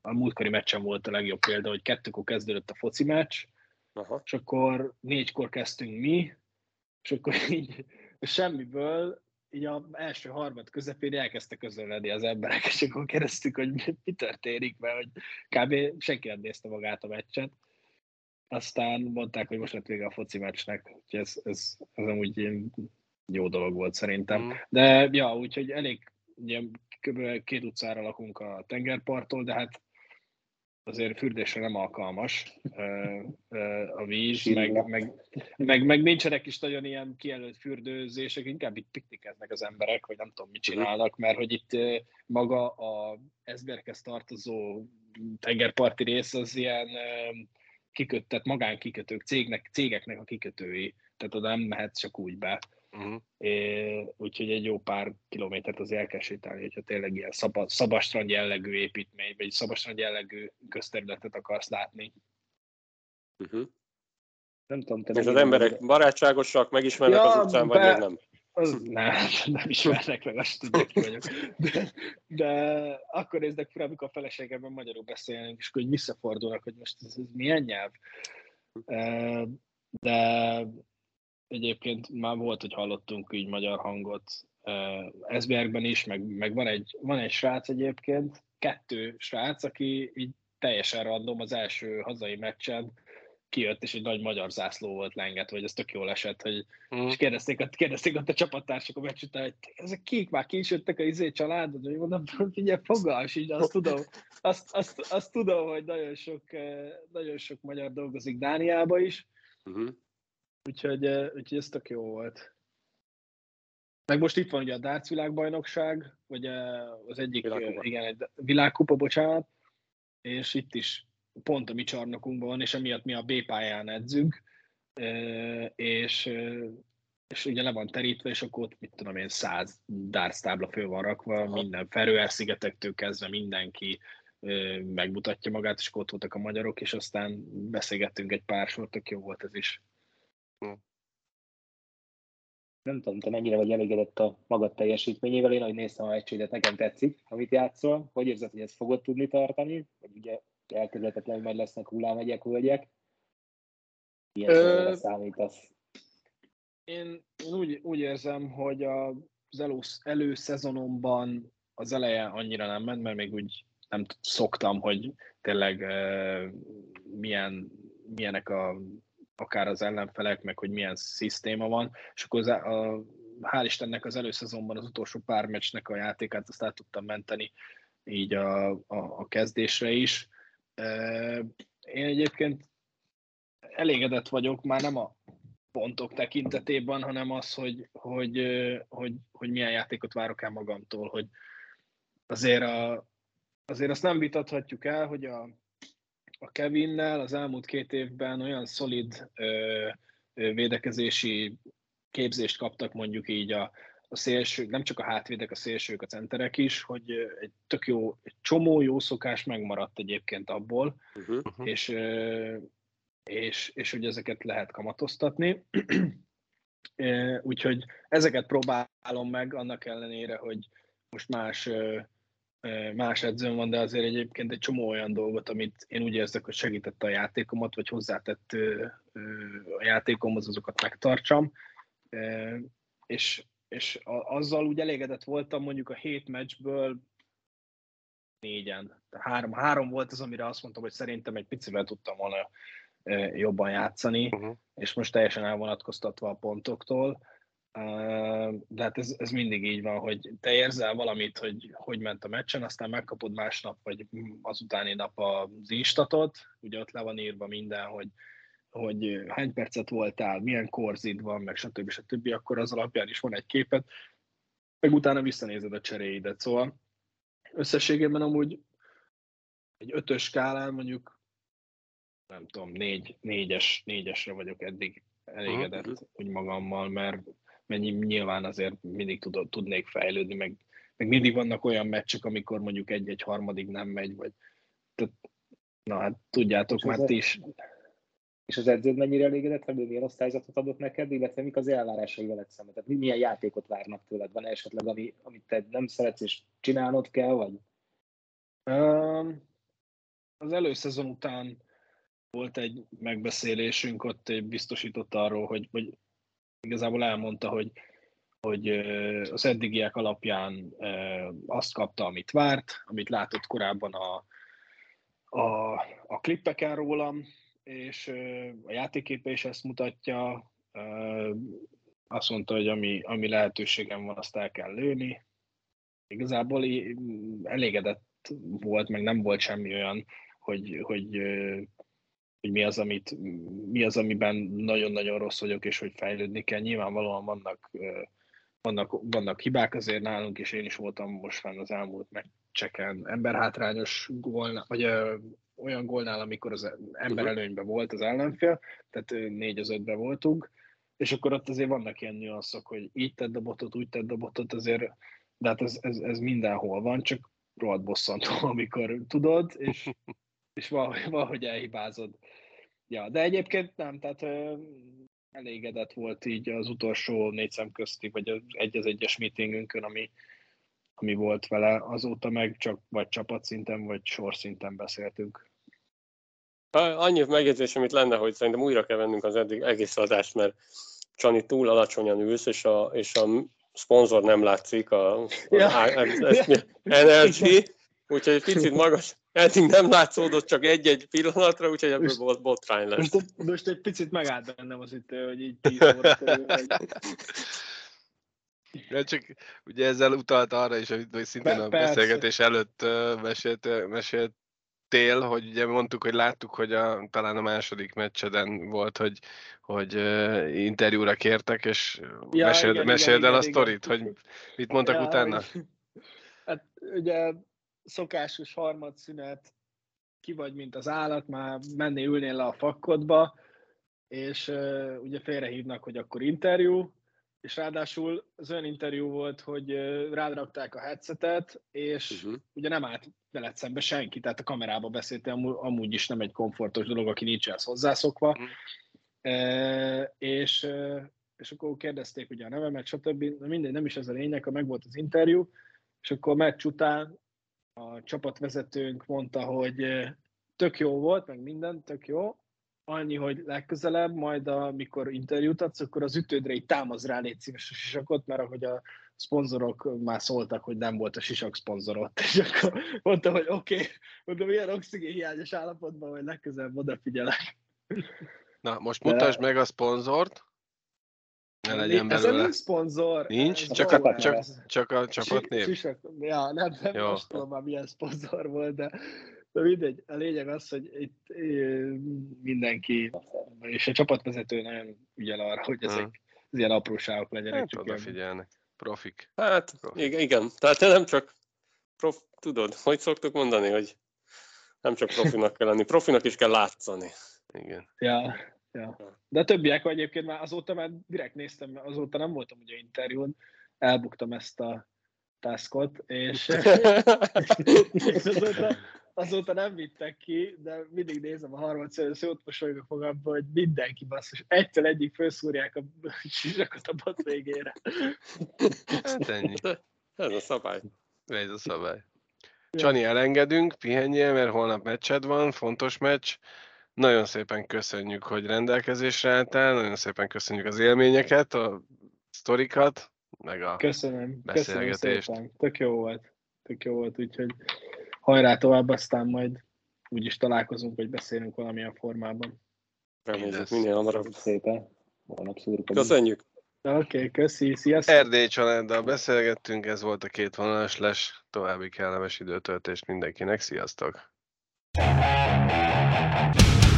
a múltkori meccsen volt a legjobb példa, hogy kettőkor kezdődött a foci meccs, Aha. és akkor négykor kezdtünk mi, és akkor így semmiből így az első harmad közepén elkezdtek közölni az emberek, és akkor kérdeztük, hogy mi, mi történik, mert hogy kb. Senki nem nézte magát a meccset. Aztán mondták, hogy most lett vége a foci meccsnek, úgyhogy ez, ez, ez amúgy jó dolog volt szerintem. Mm. De ja, úgyhogy elég, ugye, kb. Két utcára lakunk a tengerparttól, de hát azért fürdésre nem alkalmas a víz, meg, meg, meg, meg nincsenek is nagyon ilyen kijelölt fürdőzések, inkább itt piknikeznek az emberek, vagy nem tudom, mit csinálnak, mert hogy itt maga a Eszbérghez tartozó tengerparti rész az ilyen kiköttet, magánkikötők, cégnek, cégeknek a kikötői, tehát oda nem mehetsz csak úgy be. Uh-huh. É, úgyhogy egy jó pár kilométert azért el kell sétálni, hogyha tényleg ilyen szab- szabadstrand jellegű építmény, vagy szabadstrand jellegű közterületet akarsz látni. Uh-huh. Nem tudom, te és az emberek de... barátságosak, megismernek ja, az utcán, be... vagy még nem? Az, nem, nem ismernek meg, azt tudják, ki vagyok. De, de akkor néznek fel, amikor a feleségemben magyarul beszélnek, és hogy visszafordulnak, hogy most ez, ez milyen nyelv. De egyébként már volt, hogy hallottunk így magyar hangot Eszbérgben is, meg, meg van, egy, van egy srác egyébként, kettő srác, aki így teljesen random az első hazai meccsen kijött, és egy nagy magyar zászló volt lenget, hogy ez tök jól esett, hogy, mm. és kérdezték, kérdezték ott a csapattársak a meccs után, hogy ezek kik már ki is jöttek a izé családod, hogy mondom, figyelj, fogalmas, így azt tudom, azt, azt, azt tudom, hogy nagyon sok, nagyon sok magyar dolgozik Dániába is, mm. úgyhogy, úgyhogy ez tök jó volt. Meg most itt van ugye a darts világbajnokság, vagy az egyik, világkupa. igen, egy világkupa, bocsánat, és itt is pont a mi csarnokunkban van, és emiatt mi a B pályán edzünk, és, és ugye le van terítve, és akkor ott, mit tudom én, száz darts tábla föl van rakva, Aha. minden Feröer-szigetektől kezdve mindenki megmutatja magát, és akkor ott voltak a magyarok, és aztán beszélgettünk egy pár sort, tök jó volt ez is. Hm. Nem tudom, te mennyire vagy elégedett a magad teljesítményével, én ahogy néztem a meccsédet, nekem tetszik, amit játszol, hogy érzed, hogy ezt fogod tudni tartani, vagy ugye elkerülhetetlen, hogy lesznek hullámhegyek, völgyek. Ilyen Ö... számítasz? Én, én úgy, úgy érzem, hogy az elő, előszezonomban az eleje annyira nem ment, mert még úgy nem szoktam, hogy tényleg uh, milyen, milyenek a, akár az ellenfelek, meg hogy milyen szisztéma van, és akkor az, a, hál' Istennek az előszezonban az utolsó pár meccsnek a játékát azt el tudtam menteni így a, a, a kezdésre is. Én egyébként elégedett vagyok, már nem a pontok tekintetében, hanem az, hogy, hogy, hogy, hogy milyen játékot várok el magamtól, hogy azért, a, azért azt nem vitathatjuk el, hogy a, a Kevinnel az elmúlt két évben olyan szolid ö, ö, védekezési képzést kaptak mondjuk így a, a szélsők, nem csak a hátvédek, a szélsők, a centerek is, hogy egy tök jó, egy csomó jó szokás megmaradt egyébként abból, uh-huh. és, és, és hogy ezeket lehet kamatoztatni. Úgyhogy ezeket próbálom meg, annak ellenére, hogy most más, más edzőm van, de azért egyébként egy csomó olyan dolgot, amit én úgy érzek, hogy segítette a játékomat, vagy hozzátett a játékomhoz, azokat megtartsam. És, és azzal úgy elégedett voltam, mondjuk a hét meccsből négyen. Három, három volt az, amire azt mondtam, hogy szerintem egy picivel tudtam volna jobban játszani, uh-huh. és most teljesen elvonatkoztatva a pontoktól. De hát ez, ez mindig így van, hogy te érzel valamit, hogy hogy ment a meccsen, aztán megkapod másnap, vagy az utáni nap az instatot, ugye ott le van írva minden, hogy hogy hány percet voltál, milyen korzid van, meg stb. stb., akkor az alapján is van egy képet, meg utána visszanézed a cseréidet. Szóval összességében amúgy egy ötös skálán mondjuk, nem tudom, négy, négyes, négyesre vagyok eddig elégedett uh-huh. úgy magammal, mert, mert nyilván azért mindig tud, tudnék fejlődni, meg, meg mindig vannak olyan meccsek, amikor mondjuk egy-egy harmadik nem megy, vagy tehát, na hát tudjátok már ti is. És az edződ mennyire elégedett, hogy milyen osztályzatot adott neked, illetve mik az elvárásai veled szemben? Tehát milyen játékot várnak tőled? Van esetleg, ami, amit te nem szeretsz és csinálnod kell, vagy? Um, az előszezon után volt egy megbeszélésünk, ott egy biztosított arról, hogy, hogy igazából elmondta, hogy, hogy az eddigiek alapján azt kapta, amit várt, amit látott korábban a, a, a klippeken rólam, és a játékképe is ezt mutatja. Azt mondta, hogy ami, ami lehetőségem van, azt el kell lőni. Igazából elégedett volt, meg nem volt semmi olyan, hogy, hogy, hogy mi, az, amit, mi az, amiben nagyon-nagyon rossz vagyok, és hogy fejlődni kell. Nyilvánvalóan vannak, vannak, vannak hibák azért nálunk, és én is voltam most fenn az elmúlt meccseken emberhátrányos gólnál, vagy ö, olyan gólnál, amikor az ember előnyben volt az ellenfél, tehát négy az ötben voltunk, és akkor ott azért vannak ilyen nüanszok, hogy így tedd a botot, úgy tedd a botot, azért, de hát ez, ez, ez mindenhol van, csak rohadt bosszantó, amikor tudod, és, és valahogy, valahogy elhibázod. Ja, de egyébként nem, tehát ö, elégedett volt így az utolsó négy szem közti, vagy az egy az egyes meetingünkön, ami, ami volt vele, azóta meg csak vagy csapatszinten, vagy sorszinten beszéltünk. Annyi megjegyzés, amit lenne, hogy szerintem újra kell vennünk az eddig egész adást, mert Csani, túl alacsonyan ülsz, és a, és a szponzor nem látszik, a, a, Ja. a, a en el gé, úgyhogy egy picit magas, eddig nem látszódott csak egy-egy pillanatra, úgyhogy ebből volt botrány lesz. Most, most egy picit megállt bennem az ütő, hogy így tíz óra körül vagy. Ja, csak ugye ezzel utalt arra is, amit szintén Be- a persze. beszélgetés előtt uh, mesélt, meséltél, hogy ugye mondtuk, hogy láttuk, hogy a, talán a második meccseden volt, hogy, hogy uh, interjúra kértek, és Ja, meséld, igen, meséld igen, el a igen, sztorit, igen. hogy mit mondtak Ja, utána? hogy- Hát ugye szokásos harmadszünet, ki vagy, mint az állat, már menni ülnél le a fakkodba, és uh, ugye félrehívnak, hogy akkor interjú, és ráadásul az olyan interjú volt, hogy uh, rád rakták a headsetet, és Uh-huh. ugye nem állt veled szembe senki, tehát a kamerába beszéltél, amú- amúgy is nem egy komfortos dolog, aki nincs ehhez hozzászokva. Mhm. Uh, és, uh, és akkor kérdezték ugye a nevemet, stb. Na mindegy, nem is ez a lényeg, ha megvolt az interjú, és akkor a meccs után a csapatvezetőnk mondta, hogy uh, tök jó volt, meg minden, tök jó, annyi, hogy legközelebb, majd amikor interjút adsz, akkor az ütődre így támaz rá, légy szíves a sisakot, mert ahogy a szponzorok már szóltak, hogy nem volt a sisak szponzor ott, és akkor mondtam, hogy oké, okay. mondom, ilyen oxigénhiányos állapotban, hogy legközelebb odafigyelek. Na, most De- mutasd meg a szponzort. Ne legyen Ez belőle. nem szponzor. Nincs? ez Csak a, Bauer. csak, csak a csapatnév? Sisak, ja, nem, nem Jó. most tudom már milyen szponzor volt, de, de mindegy. A lényeg az, hogy itt ö, mindenki, és a csapatvezető nagyon ügyel arra, hogy ezek Hmm. az ilyen apróságok legyenek. Hát csak ilyen- odafigyelnek. Profik. Hát, igen, igen. Tehát nem csak, prof, tudod, hogy szoktuk mondani, hogy nem csak profinak kell lenni, profinak is kell látszani. Igen. Ja, ja. De a többiek egyébként már azóta már direkt néztem, mert azóta nem voltam ugye interjún, elbuktam ezt a taskot, és, és azóta, azóta nem vittek ki, de mindig nézem a harmadszor, és ott mosolygok magamban, hogy mindenki basszus, egyszer egyik felszúrják a sisakot a bot végére. Hát ennyi. Ez a szabály. Ez a szabály. Csani, elengedünk, pihenjél, mert holnap meccsed van, fontos meccs. Nagyon szépen köszönjük, hogy rendelkezésre álltál, nagyon szépen köszönjük az élményeket, a sztorikat, meg a Köszönöm, köszönöm beszélgetést. szépen. Tök jó volt. Tök jó volt, úgyhogy hajrá tovább, aztán majd úgyis találkozunk, vagy beszélünk valamilyen formában. Reméljük, Mindez. minél hamarabb. Köszönjük szépen. Holnap szurkolunk. Köszönjük. Oké, okay, köszi, sziasztok! Erdély családdal beszélgettünk, ez volt a két vonalas les, további kellemes időtöltést mindenkinek, sziasztok!